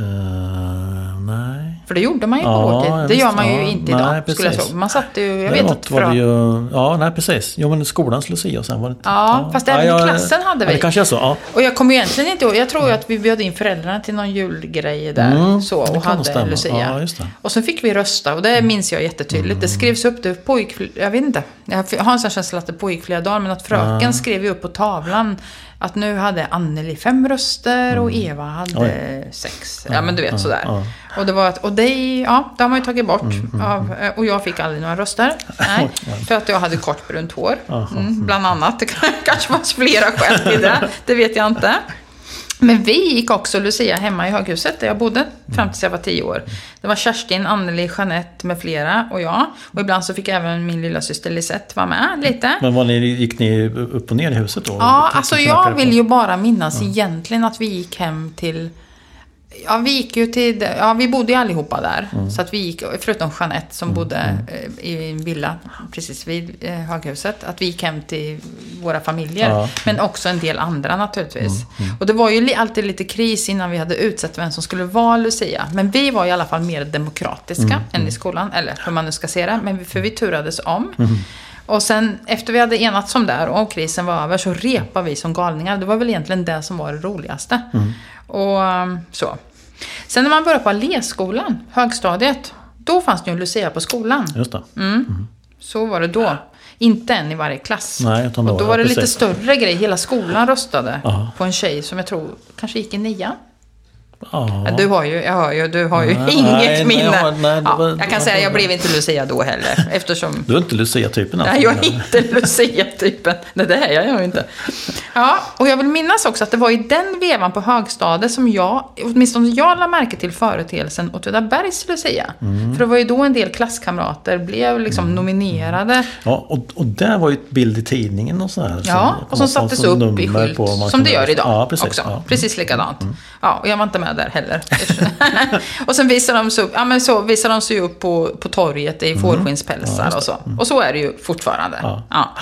Nej. För det gjorde man ju på vår tid. Det gör man ju inte idag, skulle jag säga. Man satt ju, jag vet inte. Nej, precis. Jo, men skolans Lucia och sen var det inte. Fast även i klassen hade vi. Det kanske är så, Och jag kommer egentligen inte ihåg. Jag tror ju att vi bjöd in föräldrarna till någon julgrej där. Och hade Lucia. Ja, just det. Och sen fick vi rösta. Och det minns jag jättetydligt. Det skrevs upp, det pågick, jag vet inte. Jag har en sån känsla att det pågick flera dagar. Men att fröken skrev ju upp på tavlan att nu hade Anneli 5 röster och Eva hade 6. Ja, men du vet sådär. Och det var det har man ju tagit bort och jag fick aldrig några röster. Nej, för att jag hade kort brunt hår. Bland annat. Det kanske var flera skäl till det. Det vet jag inte. Men vi gick också Lucia hemma i höghuset där jag bodde fram tills jag var 10 år. Det var Kerstin, Anneli, Jeanette med flera och jag. Och ibland så fick även min lilla syster Lisette vara med lite. Men gick ni upp och ner i huset då? Ja, alltså jag vill ju bara minnas egentligen att vi gick hem till... Ja, vi gick ju till... Ja, vi bodde ju allihopa där. Så att vi gick, förutom Jeanette som bodde i en villa precis vid höghuset. Att vi gick hem till våra familjer. Men också en del andra naturligtvis. Och det var ju alltid lite kris innan vi hade utsett vem som skulle vara Lucia. Men vi var i alla fall mer demokratiska än i skolan. Eller hur man nu ska se det. Men för vi turades om. Och sen efter vi hade enats om det och krisen var över så repade vi som galningar. Det var väl egentligen det som var det roligaste. Och så. Sen när man började på Alléskolan, högstadiet, då fanns det ju en Lucia på skolan. Just det. Så var det då. Inte en i varje klass. Nej, och då var det lite större grej. Hela skolan röstade på en tjej som jag tror kanske gick i 9. Ja. Du har ju inget minne. Jag kan säga att jag blev inte Lucia då heller. Eftersom... Du är inte Lucia-typen alltså. Nej, jag är inte Lucia-typen. Det är jag ju inte. Ja, och jag vill minnas också att det var i den vevan på högstadiet som åtminstone jag la märke till företeelsen Åtvidabergs Lucia. För det var ju då en del klasskamrater blev liksom nominerade. Ja, och där var ju ett bild i tidningen och så här. Ja, och som sattes upp i skylt. Som det gör idag ja, precis, också. Ja. Precis likadant. Ja, och jag var inte med där heller. Och sen visar de sig upp på torget i fårskinnspälsar och så. Och så är det ju fortfarande. Ja.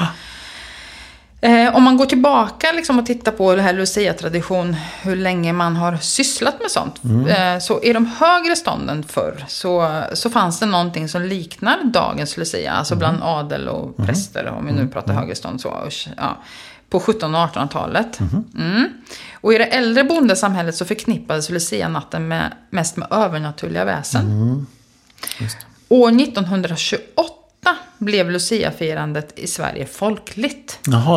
Om man går tillbaka liksom och tittar på det här Lucia-tradition, hur länge man har sysslat med sånt, så i de högre stånden förr så fanns det någonting som liknar dagens Lucia, alltså bland adel och präster, om vi nu pratar högerstånd så. Ja. På 1700- och 1800-talet. Och i det äldre bondesamhället så förknippades Lucia-natten mest med övernaturliga väsen. År 1928 blev Lucia-firandet i Sverige folkligt. Jaha,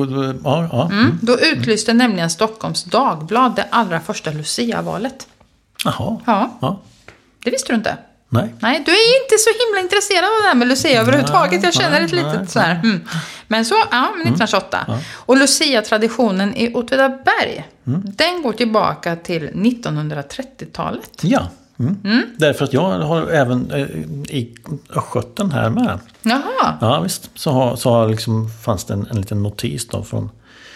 Då utlyste nämligen Stockholms Dagblad det allra första Lucia-valet. Jaha. Ja. Det visste du inte? Nej, du är inte så himla intresserad av det här med Lucia överhuvudtaget. Jag känner ett litet så här. Men så, 1928. Och Lucia-traditionen i Åtvidaberg, den går tillbaka till 1930-talet. Ja. Därför att jag har även i Östgöten här med. Jaha. Ja, visst. Så liksom fanns det en liten notis då från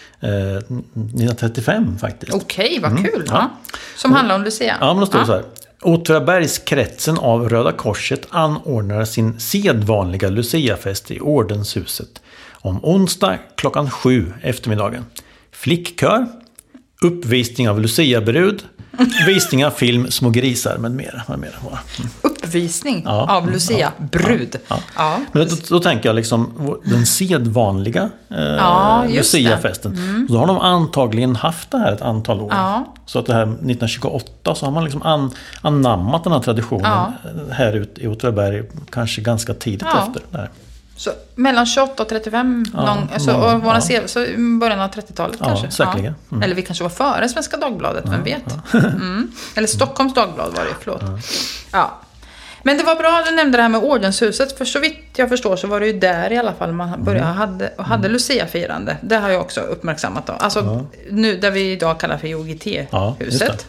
1935 faktiskt. Okej, vad kul. Ja. Som handlar om Lucia. Ja, men då står det så här. Åtvidabergskretsen av Röda Korset anordnar sin sedvanliga Luciafest i Ordenshuset om onsdag klockan 7 eftermiddagen. Flickkör, uppvisning av Lucia-brud, visning av film Små grisar med mera. Uppvisning av Lucia-brud. Ja. Men då tänker jag liksom den sedvanliga Lucia-festen. Då har de antagligen haft det här ett antal år. Så att det här 1928 så har man liksom anammat den här traditionen här ute i Åtvidaberg kanske ganska tidigt efter det här. Så mellan 28 och 35 så början av 30-talet kanske. Säkerligen. Eller vi kanske var före Svenska Dagbladet, vem vet. Eller Stockholms Dagblad var det, förlåt. Ja. Men det var bra att du nämnde det här med Ordenshuset, för så vitt jag förstår så var det ju där i alla fall man började hade Lucia-firande. Det har jag också uppmärksammat då. Alltså nu där vi idag kallar för IOGT-huset.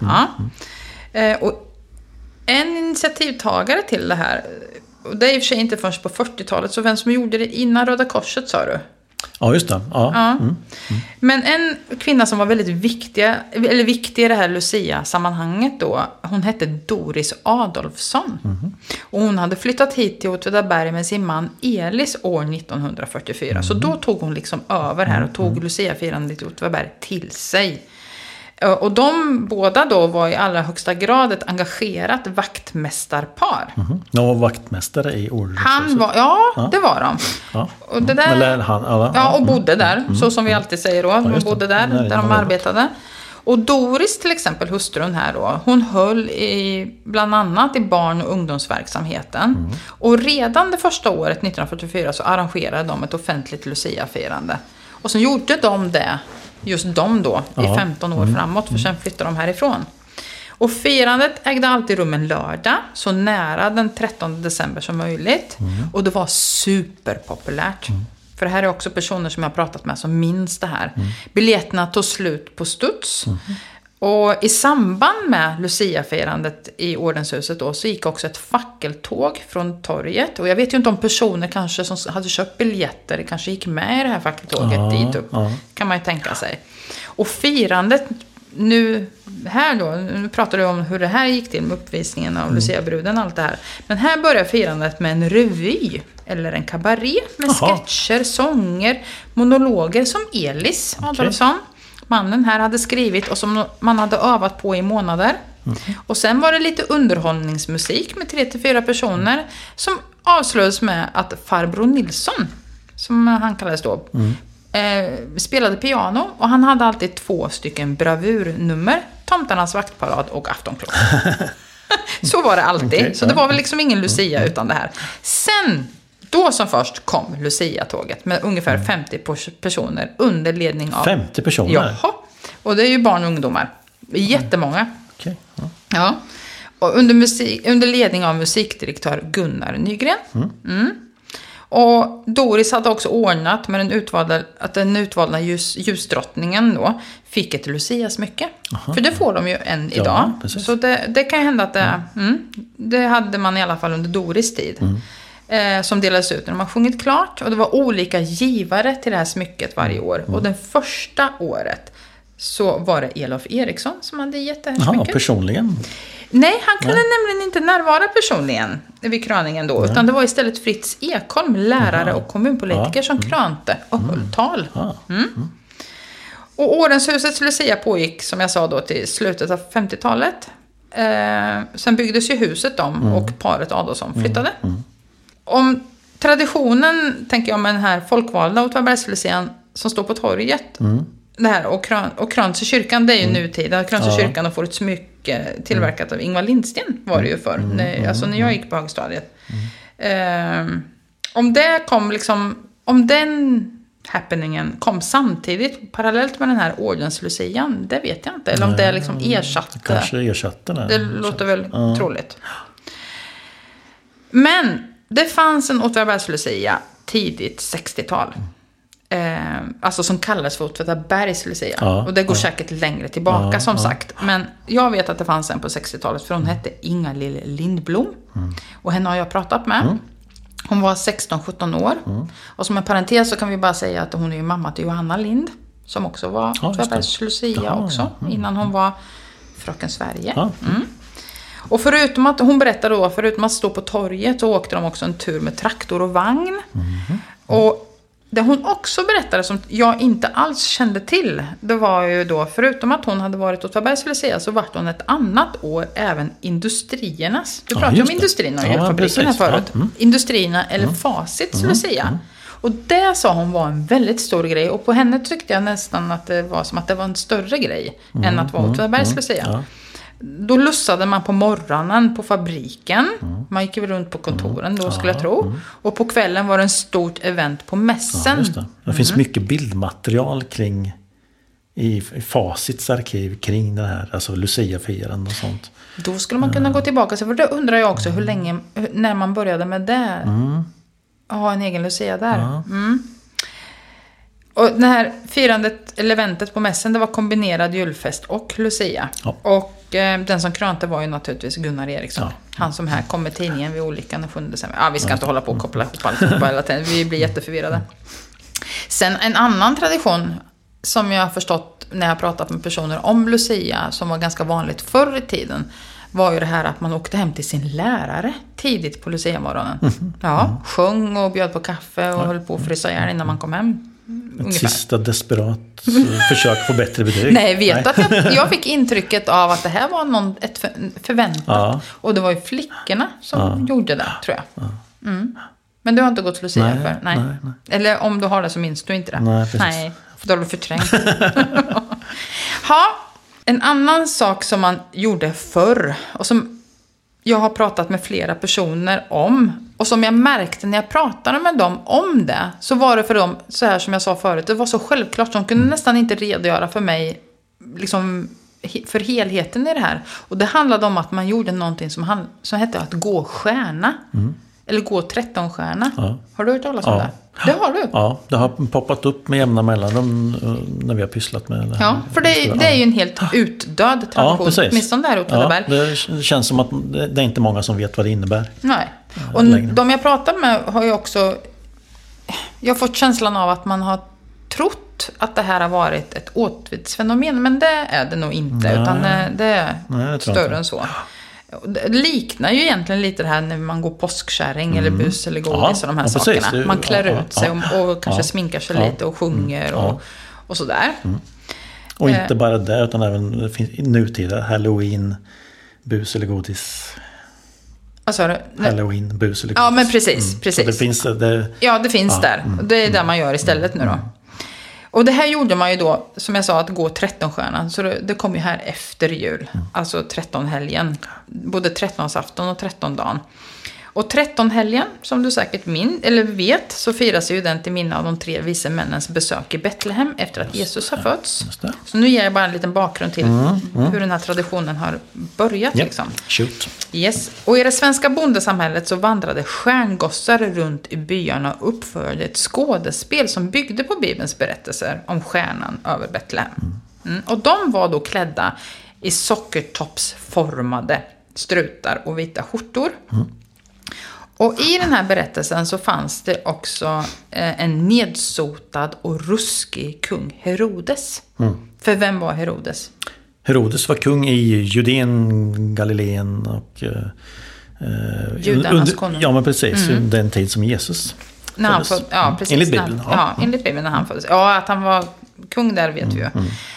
Och en initiativtagare till det här, och det är i och för sig inte förrän på 40-talet, så vem som gjorde det innan Röda Korset, sa du? Ja, just det. Ja. Men en kvinna som var väldigt viktig i det här Lucia-sammanhanget då, hon hette Doris Adolfsson. Och hon hade flyttat hit till Åtvidaberg med sin man Elis år 1944. Så då tog hon liksom över här och tog Lucia-firandet i Åtvidaberg till sig. Och de båda då var i allra högsta grad ett engagerat vaktmästarpar. De var vaktmästare i Ordenshuset. Det var de. Och det där, och bodde där, så som vi alltid säger då. De bodde där de arbetade. Och Doris till exempel, hustrun här då, hon höll bland annat i barn- och ungdomsverksamheten. Och redan det första året, 1944, så arrangerade de ett offentligt Lucia-firande. Och så gjorde de det, just de då, i 15 år framåt, för sen flyttade de härifrån. Och firandet ägde alltid rum en lördag, så nära den 13 december som möjligt. Och det var superpopulärt. För det här är också personer som jag har pratat med som minns det här. Biljetterna tog slut på studs. Och i samband med Lucia-firandet i Ordenshuset då, så gick också ett fackeltåg från torget. Och jag vet ju inte om personer kanske som hade köpt biljetter kanske gick med i det här fackeltåget dit upp. Kan man ju tänka sig. Och firandet nu pratar du om hur det här gick till med uppvisningen av Lucia-bruden och allt det här. Men här börjar firandet med en revy eller en kabaré med sketcher, sånger, monologer som Elis Adolfsson, mannen här, hade skrivit och som man hade övat på i månader. Och sen var det lite underhållningsmusik med 3-4 personer som avslöjades med att farbror Nilsson som han kallades då. Spelade piano och han hade alltid 2 stycken bravurnummer. Tomtarnas vaktparad och Aftonklockan. Så var det alltid. Okay, så det var väl liksom ingen Lucia utan det här. Sen, då som först kom Lucia-tåget med ungefär 50 personer under ledning av... 50 personer? Jaha. Och det är ju barn och ungdomar. Jättemånga. Okay. Ja. Och under ledning av musikdirektör Gunnar Nygren. Och Doris hade också ordnat med den utvalda ljusdrottningen då fick ett Lucia-smycke. För det får de ju än idag. Så det kan hända att det hade man i alla fall under Doris tid. Som delades ut när de har sjungit klart. Och det var olika givare till det här smycket varje år. Och det första året så var det Elof Eriksson som hade gett det här smycket. Ja, personligen? Nej, han kunde nämligen inte närvara personligen vid kröningen då. Utan det var istället Fritz Ekholm, lärare och kommunpolitiker som krönte och höll tal. Och Ordenshusets Lucia pågick, som jag sa då, till slutet av 50-talet. Sen byggdes ju huset om och paret Adolfsson flyttade. Om traditionen, tänker jag, med den här folkvalda Åtvidabergslucian som står på torget... Det här och Kröns i kyrkan, det är ju nutida. Kröns i kyrkan och får ett smycke tillverkat av Ingvar Lindsten var det ju för. När jag gick på högstadiet. Om det kom liksom, om den happeningen kom samtidigt parallellt med den här ordenslucian, det vet jag inte. Eller om det liksom ersatte. Kanske ersatte det. Det låter väl troligt. Men det fanns en Åtvidabergslucia tidigt 60-tal. Alltså som kallas för Åtvidabergs Lucia. Och det går säkert längre tillbaka som sagt. Men jag vet att det fanns en på 60-talet. För hon hette Inga-Lill Lindblom. Och henne har jag pratat med. Hon var 16-17 år. Och som en parentes så kan vi bara säga att hon är ju mamma till Johanna Lind. Som också var Åtvidabergs Lucia också. Innan hon var Fröken Sverige. Och förutom att hon berättade då, förutom att stå på torget, så åkte de också en tur med traktor och vagn. Och det hon också berättade som jag inte alls kände till, det var ju då, förutom att hon hade varit Åtvidabergs Lucia, så var hon ett annat år även industriernas. Du pratade ju om industrierna och djurfabrikerna förut. Industrierna eller Facits Lucia. Och det sa hon var en väldigt stor grej. Och på henne tyckte jag nästan att det var som att det var en större grej än att vara Åtvidabergs Lucia. Då lussade man på morgonen på fabriken. Man gick runt på kontoren då, skulle jag tro. Och på kvällen var det en stort event på mässen. Just det. Det finns mycket bildmaterial kring i Facits arkiv kring det här, alltså Lucia-firan och sånt. Då skulle man kunna gå tillbaka, för det undrar jag också hur länge, när man började med det. Ha en egen Lucia där. Och det här firandet, eller eventet på mässen, det var kombinerad julfest och Lucia. Och den som krönte var ju naturligtvis Gunnar Eriksson. Han som här kom med tidningen vid olyckan den 7 december. Vi ska inte hålla på och koppla ihop allt på hela tiden. Vi blir jätteförvirrade. Sen en annan tradition som jag har förstått när jag har pratat med personer om Lucia, som var ganska vanligt förr i tiden, var ju det här att man åkte hem till sin lärare tidigt på Lucia-morgonen. Sjöng och bjöd på kaffe och höll på att frysa ihjäl innan man kom hem. Ett sista desperat försök på bättre betyg. Nej, vet att jag fick intrycket av att det här var ett förväntat. Och det var ju flickorna som gjorde det, tror jag. Men du har inte gått till Lucia för? Nej. Eller om du har det så minns du inte det. Nej, för då har du förträngt. En annan sak som man gjorde förr och som jag har pratat med flera personer om, och som jag märkte när jag pratade med dem om det, så var det för dem, så här som jag sa förut, det var så självklart, de kunde nästan inte redogöra för mig liksom, för helheten i det här. Och det handlade om att man gjorde någonting som hette att gå stjärna. Eller gå 13-stjärna. Har du hört talas om det? Det har du? Ja, det har poppat upp med jämna mellanrum när vi har pysslat med det här. Ja, för det är ju en helt utdöd tradition. Åtminstone där Åtvidaberg. Det känns som att det är inte många som vet vad det innebär. Nej. Och de jag pratar med har ju också... Jag har fått känslan av att man har trott att det här har varit ett åtvidsfenomen. Men det är det nog inte. Utan det är större än så. Det liknar ju egentligen lite det här när man går påskkärring eller bus eller godis och de här sakerna. Man klär ut sig och kanske sminkar sig lite och sjunger och sådär. Och inte bara det, utan även det finns nutida Halloween, bus eller godis. Halloween-bus. Ja, men precis. Så det finns det finns där. Det är det man gör istället nu då. Och det här gjorde man ju då, som jag sa, att gå 13-stjärnan. Så det kom ju här efter jul. Alltså 13-helgen. Både 13-afton och 13-dagen. Och 13-helgen, som du säkert vet, så firas ju den till minne av de 3 vise männens besök i Betlehem efter att Jesus har fötts. Så nu ger jag bara en liten bakgrund till hur den här traditionen har börjat. Liksom. Shoot. Yes. Och i det svenska bondesamhället så vandrade stjärngossar runt i byarna och uppförde ett skådespel som byggde på Bibelns berättelser om stjärnan över Betlehem. Och de var då klädda i sockertoppsformade strutar och vita skjortor. Och i den här berättelsen så fanns det också en nedsotad och ruskig kung, Herodes. För vem var Herodes? Herodes var kung i Judeen, Galileen och Judarnas konung. Ja, men precis. Den tid som Jesus föddes. Precis. Enligt Bibeln. Enligt Bibeln när han föddes. Ja, att han var kung där vet vi ju.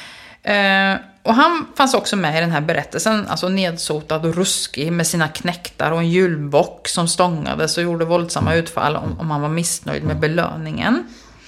Och han fanns också med i den här berättelsen, alltså nedsotad och ruskig med sina knäktar och en julbock som stångades och gjorde våldsamma utfall om han var missnöjd med belöningen.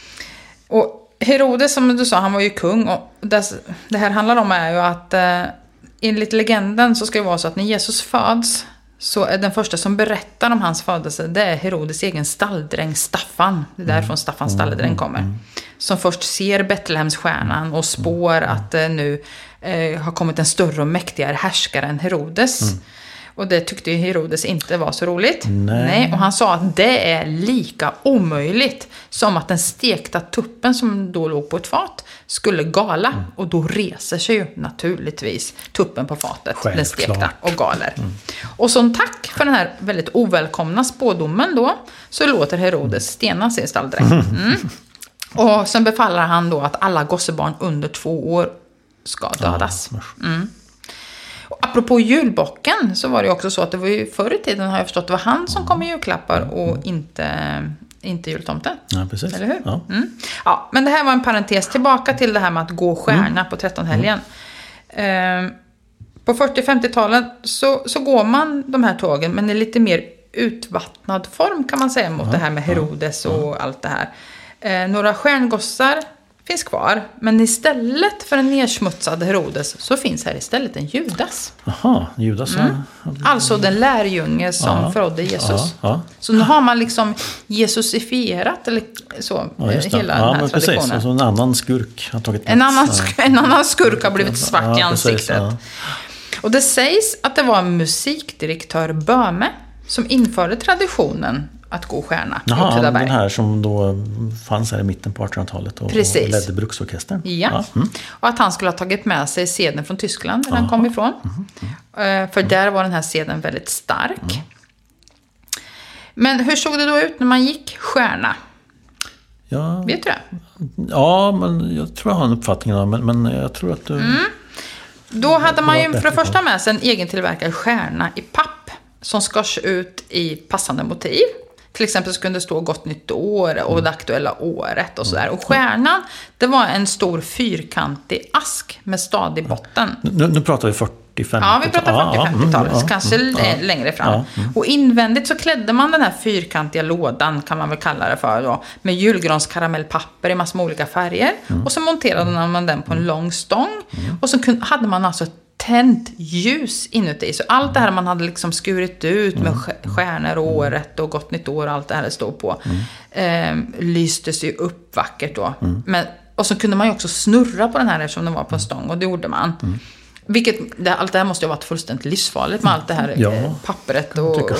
Och Herodes, som du sa, han var ju kung, och det här handlar om är ju att enligt legenden så ska det vara så att när Jesus föds så är den första som berättar om hans födelse, det är Herodes egen stalldräng Staffan. Det är därifrån Staffans stalldräng kommer. Som först ser Betlehems stjärnan och spår att nu har kommit en större och mäktigare härskare än Herodes. Och det tyckte Herodes inte var så roligt. Nej, och han sa att det är lika omöjligt som att den stekta tuppen som då låg på ett fat skulle gala. Och då reser sig ju naturligtvis tuppen på fatet, den stekta, och galer. Och som tack för den här väldigt ovälkomna spådomen då, så låter Herodes stena sin stalldräng. Och sen befaller han då att alla gossebarn under 2 år ska dödas. Och apropå julbocken så var det också så att det var ju förr i tiden, har jag förstått, det var han som kom med julklappar och inte jultomten. Ja, precis. Eller hur? Ja, men det här var en parentes tillbaka till det här med att gå stjärna på 13-helgen. På 40-50-talet så går man de här tågen, men i lite mer utvattnad form kan man säga mot det här med Herodes och allt det här. Några stjärngossar finns kvar, men istället för en nedsmutsad Herodes så finns här istället en Judas. Aha, Judas. Alltså den lärjunge som förrådde Jesus. Så nu har man liksom Jesusifierat eller så hela den här traditionen. Precis, alltså en annan skurk har tagit en annan skurk har blivit svart i ansiktet. Och det sägs att det var musikdirektör Böhme som införde traditionen att gå stjärna i Åtvidaberg. Den här som då fanns här i mitten på 1800-talet och ledde bruksorkestern. Ja. Och att han skulle ha tagit med sig seden från Tyskland där han kom ifrån. För där var den här seden väldigt stark. Men hur såg det då ut när man gick stjärna? Ja. Vet du det? Ja, men jag tror jag har en uppfattning av, men jag tror att du... Då hade man ju för det första med sig en egen tillverkad stjärna i papp som skars ut i passande motiv. Till exempel så kunde det stå gott nytt år och det aktuella året och sådär. Och stjärnan, det var en stor fyrkantig ask med stadig botten. Nu pratar vi 40-50-tal. Ja, vi pratar 40-50-talet, kanske längre fram. Och invändigt så klädde man den här fyrkantiga lådan, kan man väl kalla det för då, med julgranskaramellpapper i massor med olika färger. Och så monterade man den på en lång stång. Och så hade man alltså tänt ljus inuti. Så allt det här man hade liksom skurit ut med stjärnor och året och gott nytt år och allt det här det stod på lystes ju upp vackert då. Och så kunde man ju också snurra på den här eftersom den var på en stång, och det gjorde man. Allt det här måste ju ha varit fullständigt livsfarligt med allt det här pappret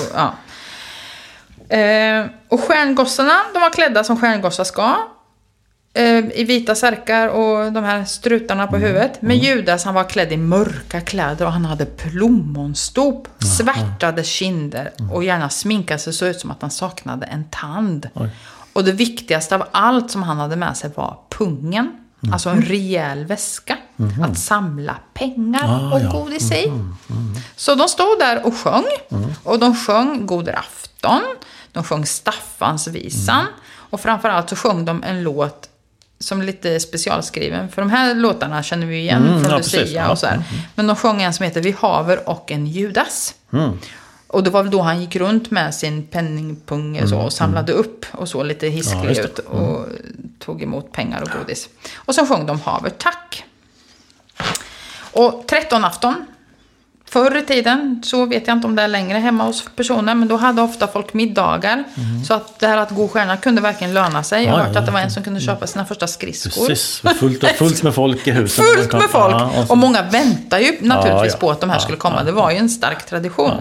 och stjärngossarna, de var klädda som stjärngossar ska, i vita särkar och de här strutarna på huvudet. Men Judas, han var klädd i mörka kläder och han hade plommonstop, svärtade kinder och gärna sminkade sig så ut som att han saknade en tand. Och det viktigaste av allt som han hade med sig var pungen. Alltså en rejäl väska att samla pengar och godis i. Så de stod där och sjöng. Och de sjöng God afton. De sjöng Staffansvisan. Och framförallt så sjöng de en låt som är lite specialskriven. För de här låtarna känner vi igen från Lucia och så här. Men de sjöng en som heter Vi haver och en Judas. Och det var väl då han gick runt med sin penningpung och samlade upp och så lite hisklig ut och tog emot pengar och godis. Och så sjöng de Haver tack. Och 13-afton, förr i tiden, så vet jag inte om det är längre hemma hos personer, men då hade ofta folk middagar. Så att det här att God stjärna kunde verkligen löna sig. Jag har hört att det var en som kunde köpa sina första skridskor. Precis, fullt med folk i huset. Fullt med folk. Och många väntar ju naturligtvis på att de här skulle komma. Det var ju en stark tradition.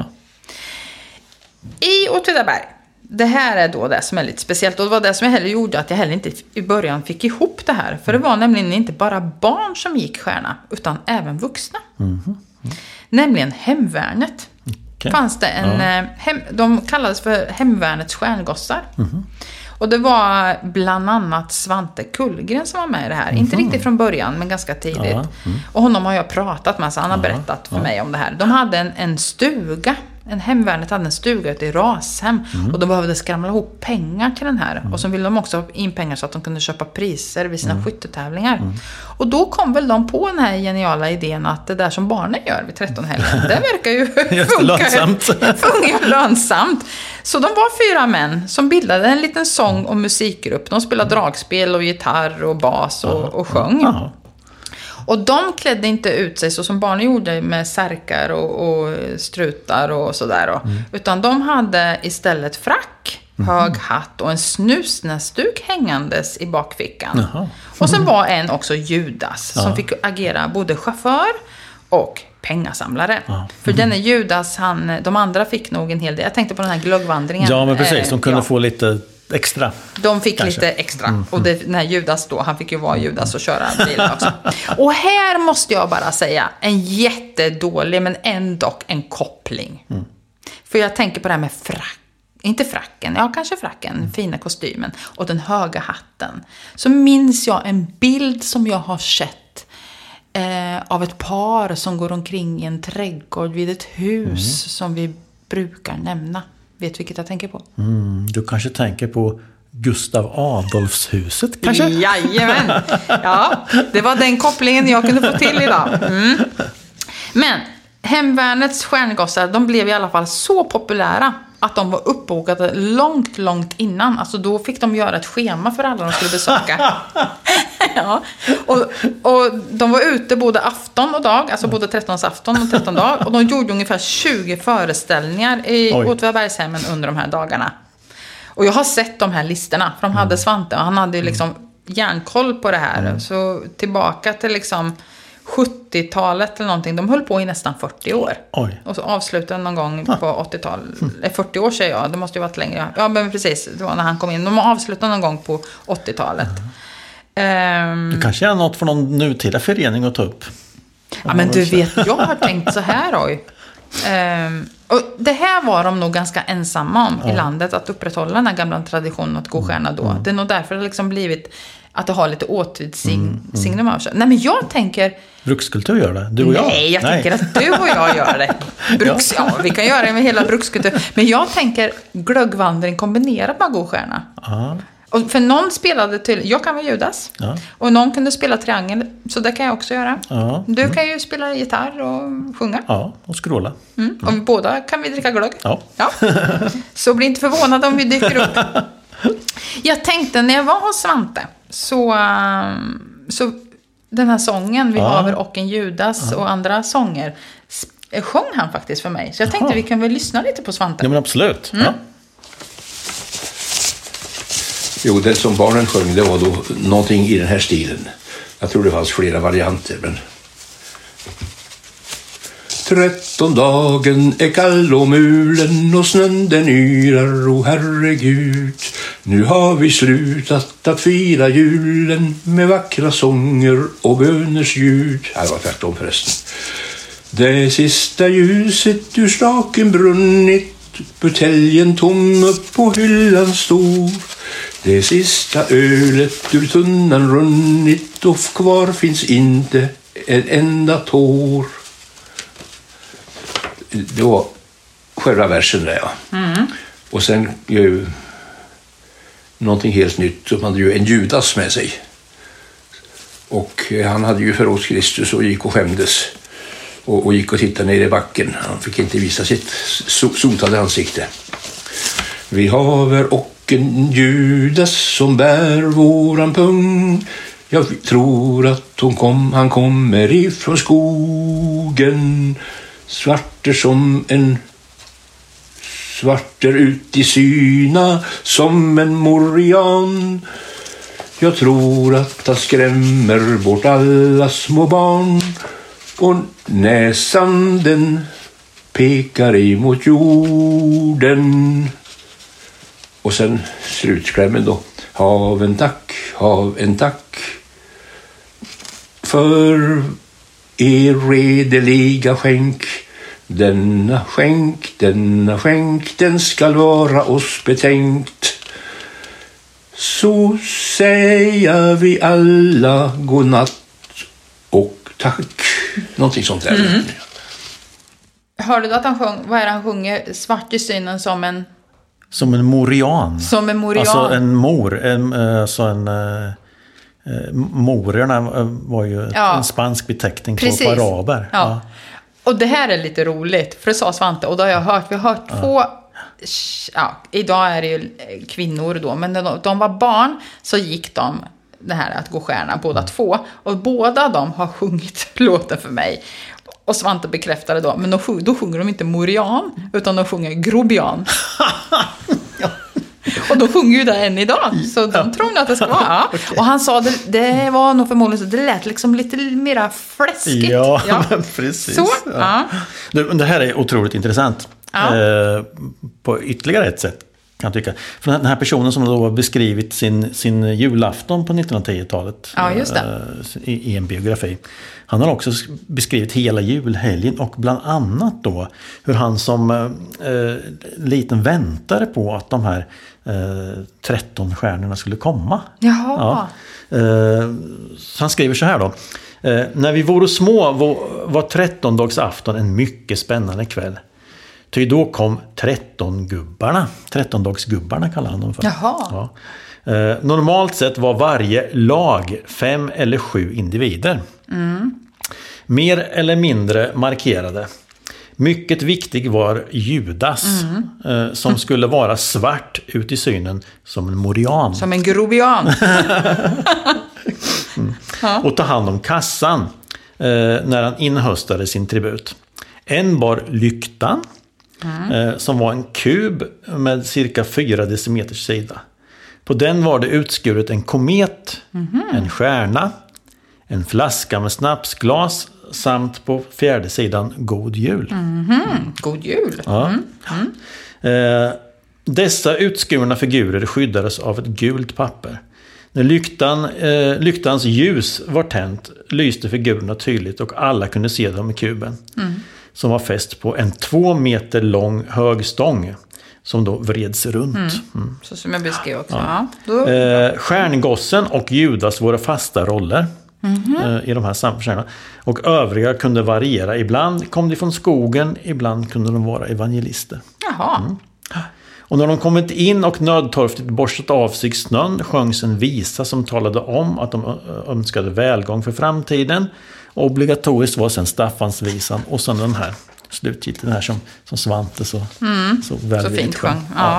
I Åtvidaberg, det här är då det som är lite speciellt. Och det var det som jag heller gjorde att jag heller inte i början fick ihop det här. För det var nämligen inte bara barn som gick stjärna, utan även vuxna. Nämligen hemvärnet. Fanns det de kallades för hemvärnets stjärngossar. Och det var bland annat Svante Kullgren som var med i det här. Inte riktigt från början, men ganska tidigt. Och honom har jag pratat med, så han har berättat för mig om det här. De hade en stuga. Hemvärnet hade en stuga ute i Rashem. Och de behövde skramla ihop pengar till den här. Och så ville de också ha in pengar så att de kunde köpa priser vid sina skyttetävlingar. Och då kom väl de på den här geniala idén att det där som barnen gör vid 13-helgen, det verkar ju funka lönsamt. Så de var 4 män som bildade en liten sång- och musikgrupp. De spelade dragspel och gitarr och bas och sjöng. Och de klädde inte ut sig så som barnen gjorde med särkar och strutar och sådär. Utan de hade istället frack, hög hatt och en snusnäsduk hängandes i bakfickan. Och sen var en också Judas som fick agera både chaufför och pengasamlare. För denne Judas, de andra fick nog en hel del. Jag tänkte på den här glöggvandringen. Ja, men precis. De kunde få lite extra. De fick lite extra. Och den här Judas då, han fick ju vara Judas och köra bilen också. Och här måste jag bara säga en jättedålig, men ändå en koppling. För jag tänker på det här med inte fracken, kanske fracken, fina kostymen och den höga hatten. Så minns jag en bild som jag har sett av ett par som går omkring i en trädgård vid ett hus som vi brukar nämna. Vet du vilket jag tänker på? Du kanske tänker på Gustav Adolfshuset kanske? Jajamän! Ja, det var den kopplingen jag kunde få till idag. Men hemvärnets stjärngossar, de blev i alla fall så populära att de var uppbokade långt innan. Alltså då fick de göra ett schema för alla de skulle besöka. Och de var ute både afton och dag, alltså både 13-afton och 13-dag. Och de gjorde ungefär 20 föreställningar i Åtvidabergshemmen under de här dagarna. Och jag har sett de här listorna, för de hade Svante och han hade ju liksom järnkoll på det här. Så tillbaka till liksom 70-talet eller någonting. De höll på i nästan 40 år. Och så avslutade någon gång på 80-talet. 40 år säger jag, det måste ju varit längre. Ja, men precis, det var när han kom in. De avslutade någon gång på 80-talet. Det kanske är något för någon nutida förening att ta upp. Ja, men du vet, jag har tänkt så här, och det här var de nog ganska ensamma om i landet, att upprätthålla den här gamla traditionen att God stjärna då. Det är nog därför det liksom blivit att det har lite åtvidsignum av sig. Nej, men jag tänker... Brukskultur gör det, du och jag. Nej, jag tänker att du och jag gör det. Vi kan göra det med hela brukskultur. Men jag tänker glöggvandring kombinerat med God stjärna. Och för någon spelade till... Jag kan vara Judas. Och någon kunde spela triangel. Så det kan jag också göra. Du kan ju spela gitarr och sjunga. Ja, och skråla. Och vi båda kan vi dricka glögg. Ja. Så bli inte förvånad om vi dyker upp. Jag tänkte när jag var hos Svante så den här sången Vi haver och en Judas och andra sånger sjöng han faktiskt för mig. Så jag tänkte vi kan väl lyssna lite på Svante. Ja, men absolut. Jo, det som barnen sjöng, det var då någonting i den här stilen. Jag tror det fanns flera varianter, men... 13 dagen är kall och mulen och snön den yrar, och herregud. Nu har vi slutat att fira julen med vackra sånger och böners ljud. Det var tvärtom förresten. Det sista ljuset ur staken brunnit, buteljen tom upp på hyllan stor. Det sista ölet ur tunnan runnit, och kvar finns inte en enda tår. Det var själva versen där, Och sen ju någonting helt nytt. Så man hade ju en Judas med sig. Och han hade ju förrådt Kristus och gick och skämdes. och gick och tittade ner i backen. Han fick inte visa sitt sotade ansikte. Vi haver och en Judas som bär våran pung. Jag tror att han kommer ifrån skogen. Svarter ut i syna som en morian. Jag tror att han skrämmer bort alla små barn. Och näsan den pekar emot jorden. Och sen slutklämmen då. Hav en tack för er redeliga skänk. Denna skänk, den skall vara oss betänkt. Så säger vi alla godnatt och tack. Någonting sånt där. Hörde du att han sjöng, vad är det han sjunger? Svart i synen som en morian. Som en morian. Alltså en mor. Morerna var ju en spansk beteckning på araber. Ja. Och det här är lite roligt, för det sa Svante, och då har jag hört, vi har hört två, idag är det ju kvinnor då, men när de var barn så gick de det här att gå stjärna båda två, och båda de har sjungit låten för mig. Och Svante bekräftade då, men då sjunger de inte morian, utan de sjunger grobian. Och de sjunger ju där än idag. Så de tror nog att det ska vara. Okay. Och han sa, det var nog förmodligen så det lät liksom lite mera fläskigt. Ja. Men precis. Så, Det här är otroligt intressant. På ytterligare ett sätt, kan jag tycka. För den här personen som då har beskrivit sin julafton på 1910-talet i en biografi. Han har också beskrivit hela julhelgen och bland annat då hur han som liten väntade på att de här 13 stjärnorna skulle komma. Jaha. Så han skriver så här då. När vi vore små var 13-dagsafton en mycket spännande kväll. Ty då kom 13-gubbarna. 13-dagsgubbarna kallar han dem för. Jaha. Ja. Normalt sett var varje lag 5 eller 7 individer. Mer eller mindre markerade. Mycket viktig var Judas som skulle vara svart ut i synen som en morian. Som en grobian. Och ta hand om kassan när han inhöstade sin tribut. En bar lyktan som var en kub med cirka 4 decimeters sida. På den var det utskuret en komet, en stjärna, en flaska med snapsglas samt på 4:e sidan God jul. God jul. Ja. Dessa utskurna figurer skyddades av ett gult papper. När lyktans ljus var tänt lyste figurerna tydligt och alla kunde se dem i kuben. Som var fäst på en 2 meter lång hög stång som då vreds runt. Så som jag beskrev också. Stjärngossen och Judas våra fasta roller i de här stjärnorna. Och övriga kunde variera. Ibland kom de från skogen, ibland kunde de vara evangelister. Jaha. Och när de kommit in och nödtorftigt borstat av sig snön sjöngs en visa som talade om att de önskade välgång för framtiden. Och obligatoriskt var sen Staffansvisan och sen den här sluttiteln här som Svante så fint sjöng.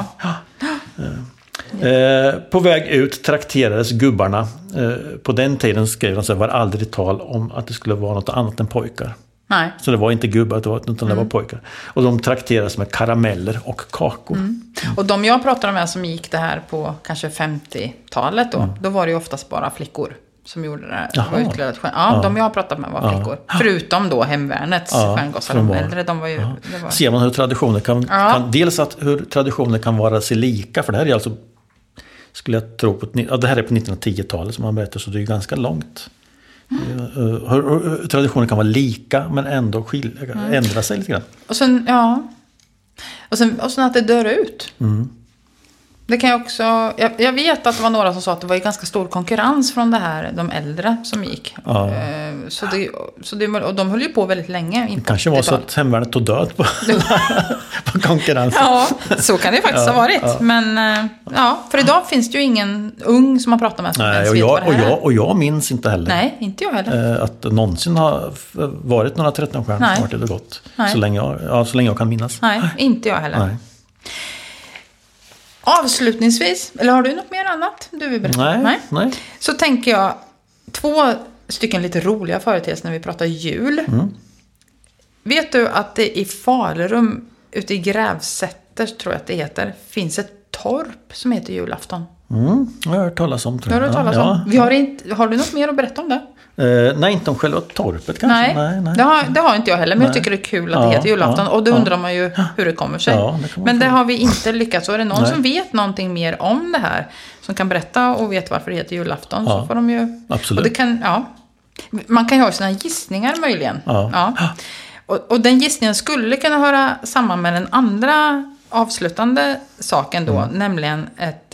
På väg ut trakterades gubbarna. På den tiden skrev de så var aldrig tal om att det skulle vara något annat än pojkar. Nej. Så det var inte gubbar utan det var pojkar. Och de trakterades med karameller och kakor. Och de jag pratade med som gick det här på kanske 50-talet då var det ju oftast bara flickor som gjorde det här. De jag har pratat med var flickor. Förutom då hemvärnets stjärngossar. De var ju... Ser man hur traditioner kan dels att hur traditioner kan vara sig lika, för det här är alltså skulle jag tro på det här är på 1910-talet som man berättar, så det är ju ganska långt. Hur traditioner kan vara lika men ändå ändra sig lite grann. Och sen att det dör ut. Det kan jag också... Jag vet att det var några som sa att det var ju ganska stor konkurrens från det här, de äldre som gick. Ja. Och de höll ju på väldigt länge. Det kanske var så att hemvärnet tog död på konkurrensen. Ja, så kan det faktiskt ha varit. Ja. Men för idag finns det ju ingen ung som har pratat med. Nej, och jag minns inte heller. Nej, inte jag heller. Att det någonsin har varit några 13-stjärnor som har det gått. Så länge jag kan minnas. Nej, inte jag heller. Nej. Avslutningsvis, eller har du något mer annat du vill berätta? Nej. Så tänker jag 2 stycken lite roliga företeelser när vi pratar jul. Vet du att det i Falurum, ute i Grävsätter tror jag att det heter, finns ett torp som heter julafton? Jag har hört talas om, tror jag. Har du hört talas om? Har du något mer att berätta om det? Nej, inte om själva torpet kanske. Nej. Det har inte jag heller, men jag tycker det är kul att det heter julafton. Och då undrar man ju hur det kommer sig. Men det har vi inte lyckats. Så är det någon som vet någonting mer om det här, som kan berätta och vet varför det heter julafton, så får de ju... Absolut. Och det kan, man kan ju ha sina gissningar möjligen. Och den gissningen skulle kunna höra samman med den andra avslutande saken då, nämligen ett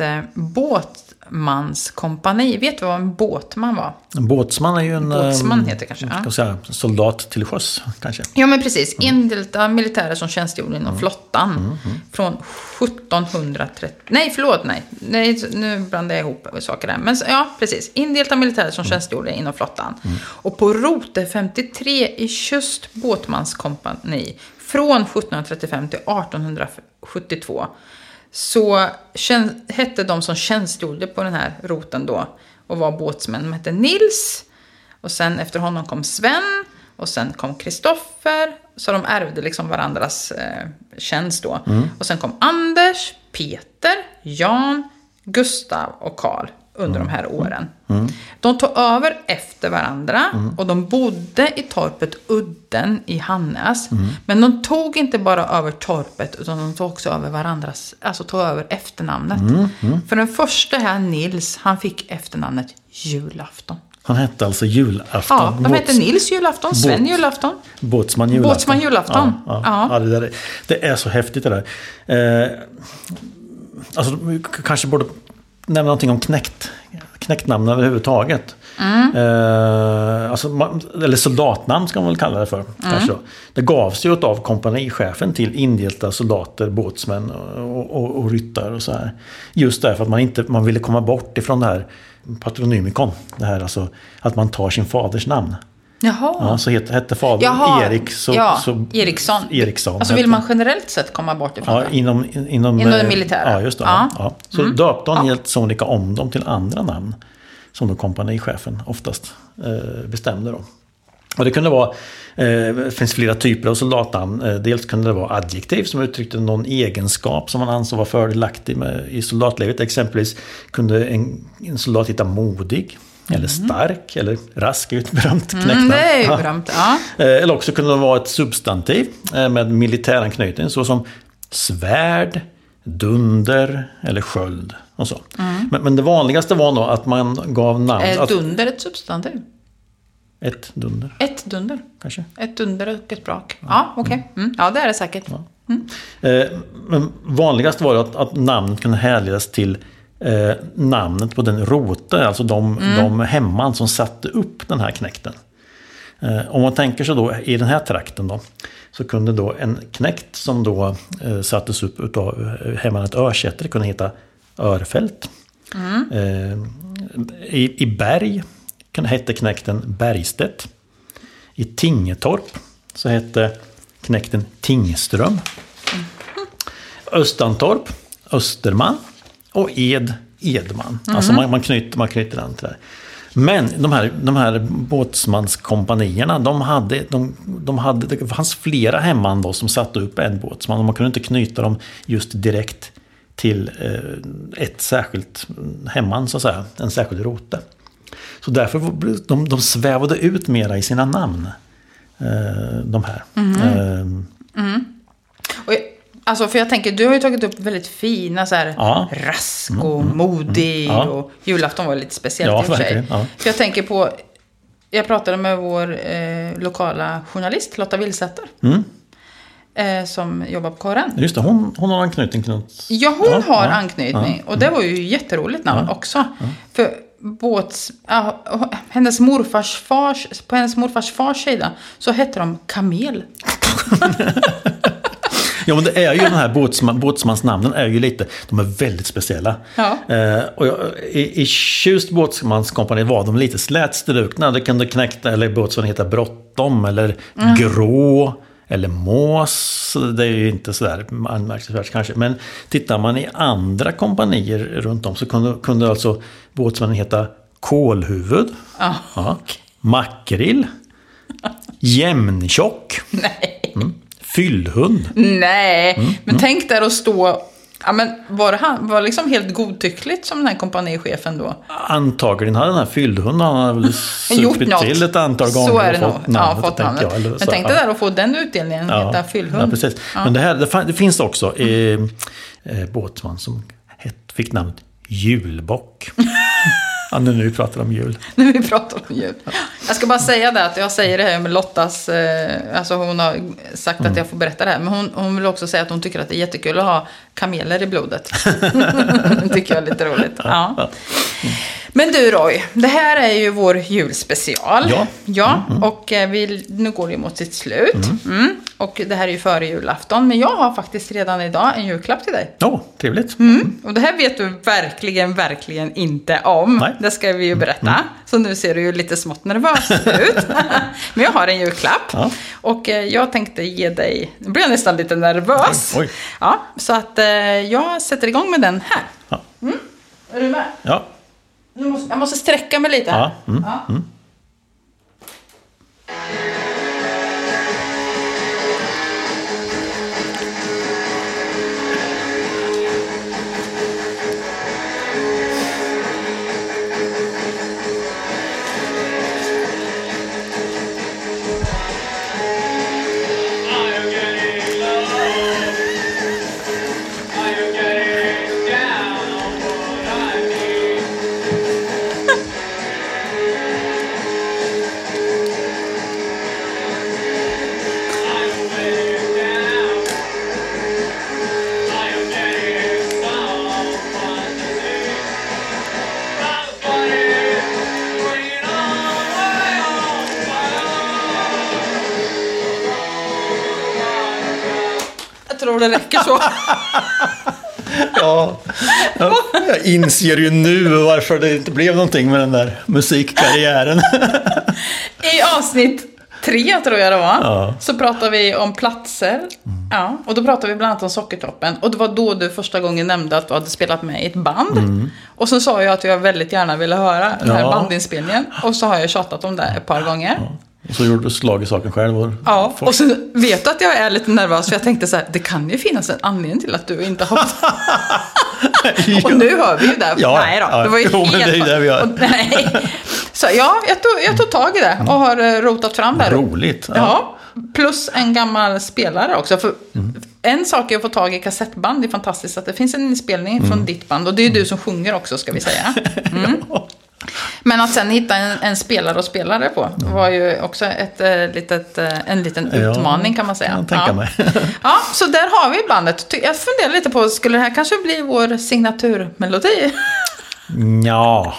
båtmanskompani. Vet du vad en båtman var? En båtsman är ju en båtsman heter kanske. Soldat till sjöss kanske. Ja, men precis. Indelta militärer som tjänstgjorde inom flottan från 1730. Nej, nu blandar jag ihop saker där. Men precis. Indelta militärer som tjänstgjorde inom flottan. Och på Rote 53 i Tjust båtmanskompani från 1735 till 1872 så hette de som tjänstgjorde på den här roten då och var båtsmän. De hette Nils, och sen efter honom kom Sven, och sen kom Kristoffer, så de ärvde liksom varandras tjänst då. Och sen kom Anders, Peter, Jan, Gustav och Karl under de här åren. De tog över efter varandra och de bodde i torpet Udden i Hannäs. Men de tog inte bara över torpet, utan de tog också över varandras, alltså tog över efternamnet. För den första här, Nils, han fick efternamnet Julafton. Han hette alltså Julafton. Ja, de hette Nils Julafton, Sven Julafton. Båtsman Julafton. Båtsman Julafton. Ja, det är så häftigt det där. Alltså, kanske borde nämna någonting om knäktnamn överhuvudtaget. Eller soldatnamn ska man väl kalla det för. Kanske. Det gavs ju av kompanichefen till indelta soldater, båtsmän och ryttare och så här. Just därför att man ville komma bort ifrån det här patronymikon. Det här alltså att man tar sin faders namn. Jaha. Ja, så hette fader Erik Eriksson. Alltså vill man generellt sett komma bort ifrån det? Inom det militära. Ja, just det. Ja. Så döpte han helt sonika om dem till andra namn som då kompanichefen oftast bestämde då. Och det kunde vara, det finns flera typer av soldatnamn. Dels kunde det vara adjektiv som uttryckte någon egenskap som man ansåg var fördelaktig i soldatlivet. Exempelvis kunde en soldat hitta modig, eller stark, eller rask, ett berömt knäcknamn. Det är ju berömt, Eller också kunde det vara ett substantiv med militäranknytning, såsom svärd, dunder eller sköld och så. Men det vanligaste var nog att man gav namn. Är dunder ett substantiv? Ett dunder. Ett dunder? Kanske. Ett dunder och ett brak. Ja, okej. Ja, det är det säkert. Men vanligast var det att namnet kunde härledas till namnet på den rote, alltså de hemman som satte upp den här knäkten. Om man tänker sig då i den här trakten då, så kunde då en knäkt som då sattes upp utav hemmanet Örsätter kunde heta Örfält. I Berg hette knäkten Bergstedt. I Tingetorp så hette knäkten Tingström. Östantorp Österman. Och Edman. Alltså man knyter den till det. Men de här båtsmanskompanierna, det fanns flera hemman då som satte upp en båtsman. Och man kunde inte knyta dem just direkt till ett särskilt hemman, så att säga, en särskild rote. Så därför de svävade ut mera i sina namn, de här. Alltså, för jag tänker, du har ju tagit upp väldigt fina så här, rask och modig och julafton var lite speciellt i och för sig. För jag tänker på, jag pratade med vår lokala journalist Lotta Willsätter. som jobbar på kåren. Just det, hon har anknytning till något. Ja, hon har anknytning. Och det var ju jätteroligt namn också. För hennes på hennes morfars fars sida så hette de Kamel. Ja, men det är ju den här båtsmansnamnen är ju lite, de är väldigt speciella. Ja. Och i Tjust båtsmanskompani var de lite slätstrukna. Det kunde knäcka, eller båtsman heter Bråttom, eller Grå, eller Mås. Det är ju inte sådär anmärkningsvärt kanske. Men tittar man i andra kompanier runt om så kunde alltså båtsmannen heta Kålhuvud, Makrill, Jämntjock. Nej. Fyllhund. Nej, men tänk där att stå... Ja, men var liksom helt godtyckligt som den här kompanichefen då? Antagligen hade den här fyllhunden, han hade väl supit till ett antal gånger. Så är det nog. Fått namnet. Men tänk dig där att få den utdelningen, heta fyllhund. Ja, precis. Ja. Men det finns också båtsman som fick namnet Julbock. Ja, nu pratar vi om jul. Nu vi pratar om jul. Jag ska bara säga det att jag säger det här med Lottas... Alltså hon har sagt att jag får berätta det här. Men hon vill också säga att hon tycker att det är jättekul att ha kameler i blodet. Det tycker jag är lite roligt. Ja. Men du Roy, det här är ju vår julspecial. Ja. Och nu går det mot sitt slut. Och det här är ju före julafton. Men jag har faktiskt redan idag en julklapp till dig. Trevligt. Och det här vet du verkligen inte om. Nej. Det ska vi ju berätta. Så nu ser du ju lite smått nervös ut. Men jag har en julklapp. Ja. Och jag tänkte ge dig... Nu blir jag nästan lite nervös. Oj. Ja, så att jag sätter igång med den här. Ja. Är du med? Ja. Jag måste sträcka mig lite här. tror det räcker så. Ja, jag inser ju nu varför det inte blev någonting med den där musikkarriären. I avsnitt 3 tror jag det var, så pratade vi om platser. Ja, och då pratade vi bland annat om Sockertoppen. Och det var då du första gången nämnde att du hade spelat med i ett band. Och så sa jag att jag väldigt gärna ville höra den här bandinspelningen. Och så har jag tjatat om det ett par gånger. Och så gjorde du slag i saken själv. Och så vet du att jag är lite nervös. För jag tänkte så här, det kan ju finnas en anledning till att du inte har... Och nu hör vi ju det. Nej då, det var ju helt... det är det vi gör. Så ja, jag tog tag i det och har rotat fram det. Roligt. Ja, plus en gammal spelare också. För en sak är att få tag i kassettband. Det är fantastiskt att det finns en inspelning från ditt band. Och det är ju du som sjunger också, ska vi säga. Men att sen hitta en spelare och spelare på var ju också en liten utmaning, kan man säga. Jag tänker mig. Ja, så där har vi bandet. Jag funderar lite på, skulle det här kanske bli vår signaturmelodi? Ja.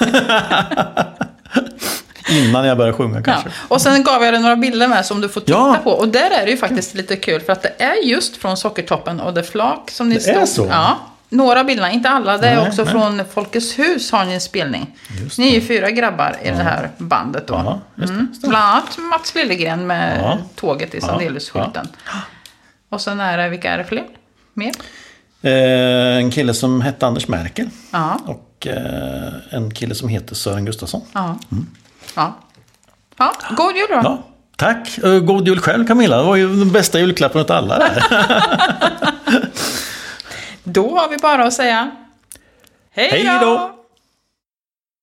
Innan jag börjar sjunga kanske. Ja. Och sen gav jag dig några bilder med som du får titta på. Och där är det ju faktiskt lite kul, för att det är just från Sockertoppen och The Flak som ni stod. Det är så? Ja. Några bilder, inte alla. Det är också från Folkets hus har ni en spelning. Ni är ju 4 grabbar i det här bandet då. Ja, just det. Bland annat Mats Liljegren med tåget i Sandeliusskylten. Och sen är det, vilka är det fler? Mer? En kille som hette Anders Merkel. Och en kille som heter Sören Gustafsson. Ja, god jul då. Ja, tack. God jul själv, Camilla. Det var ju den bästa julklappen åt alla där. Då har vi bara att säga hej då!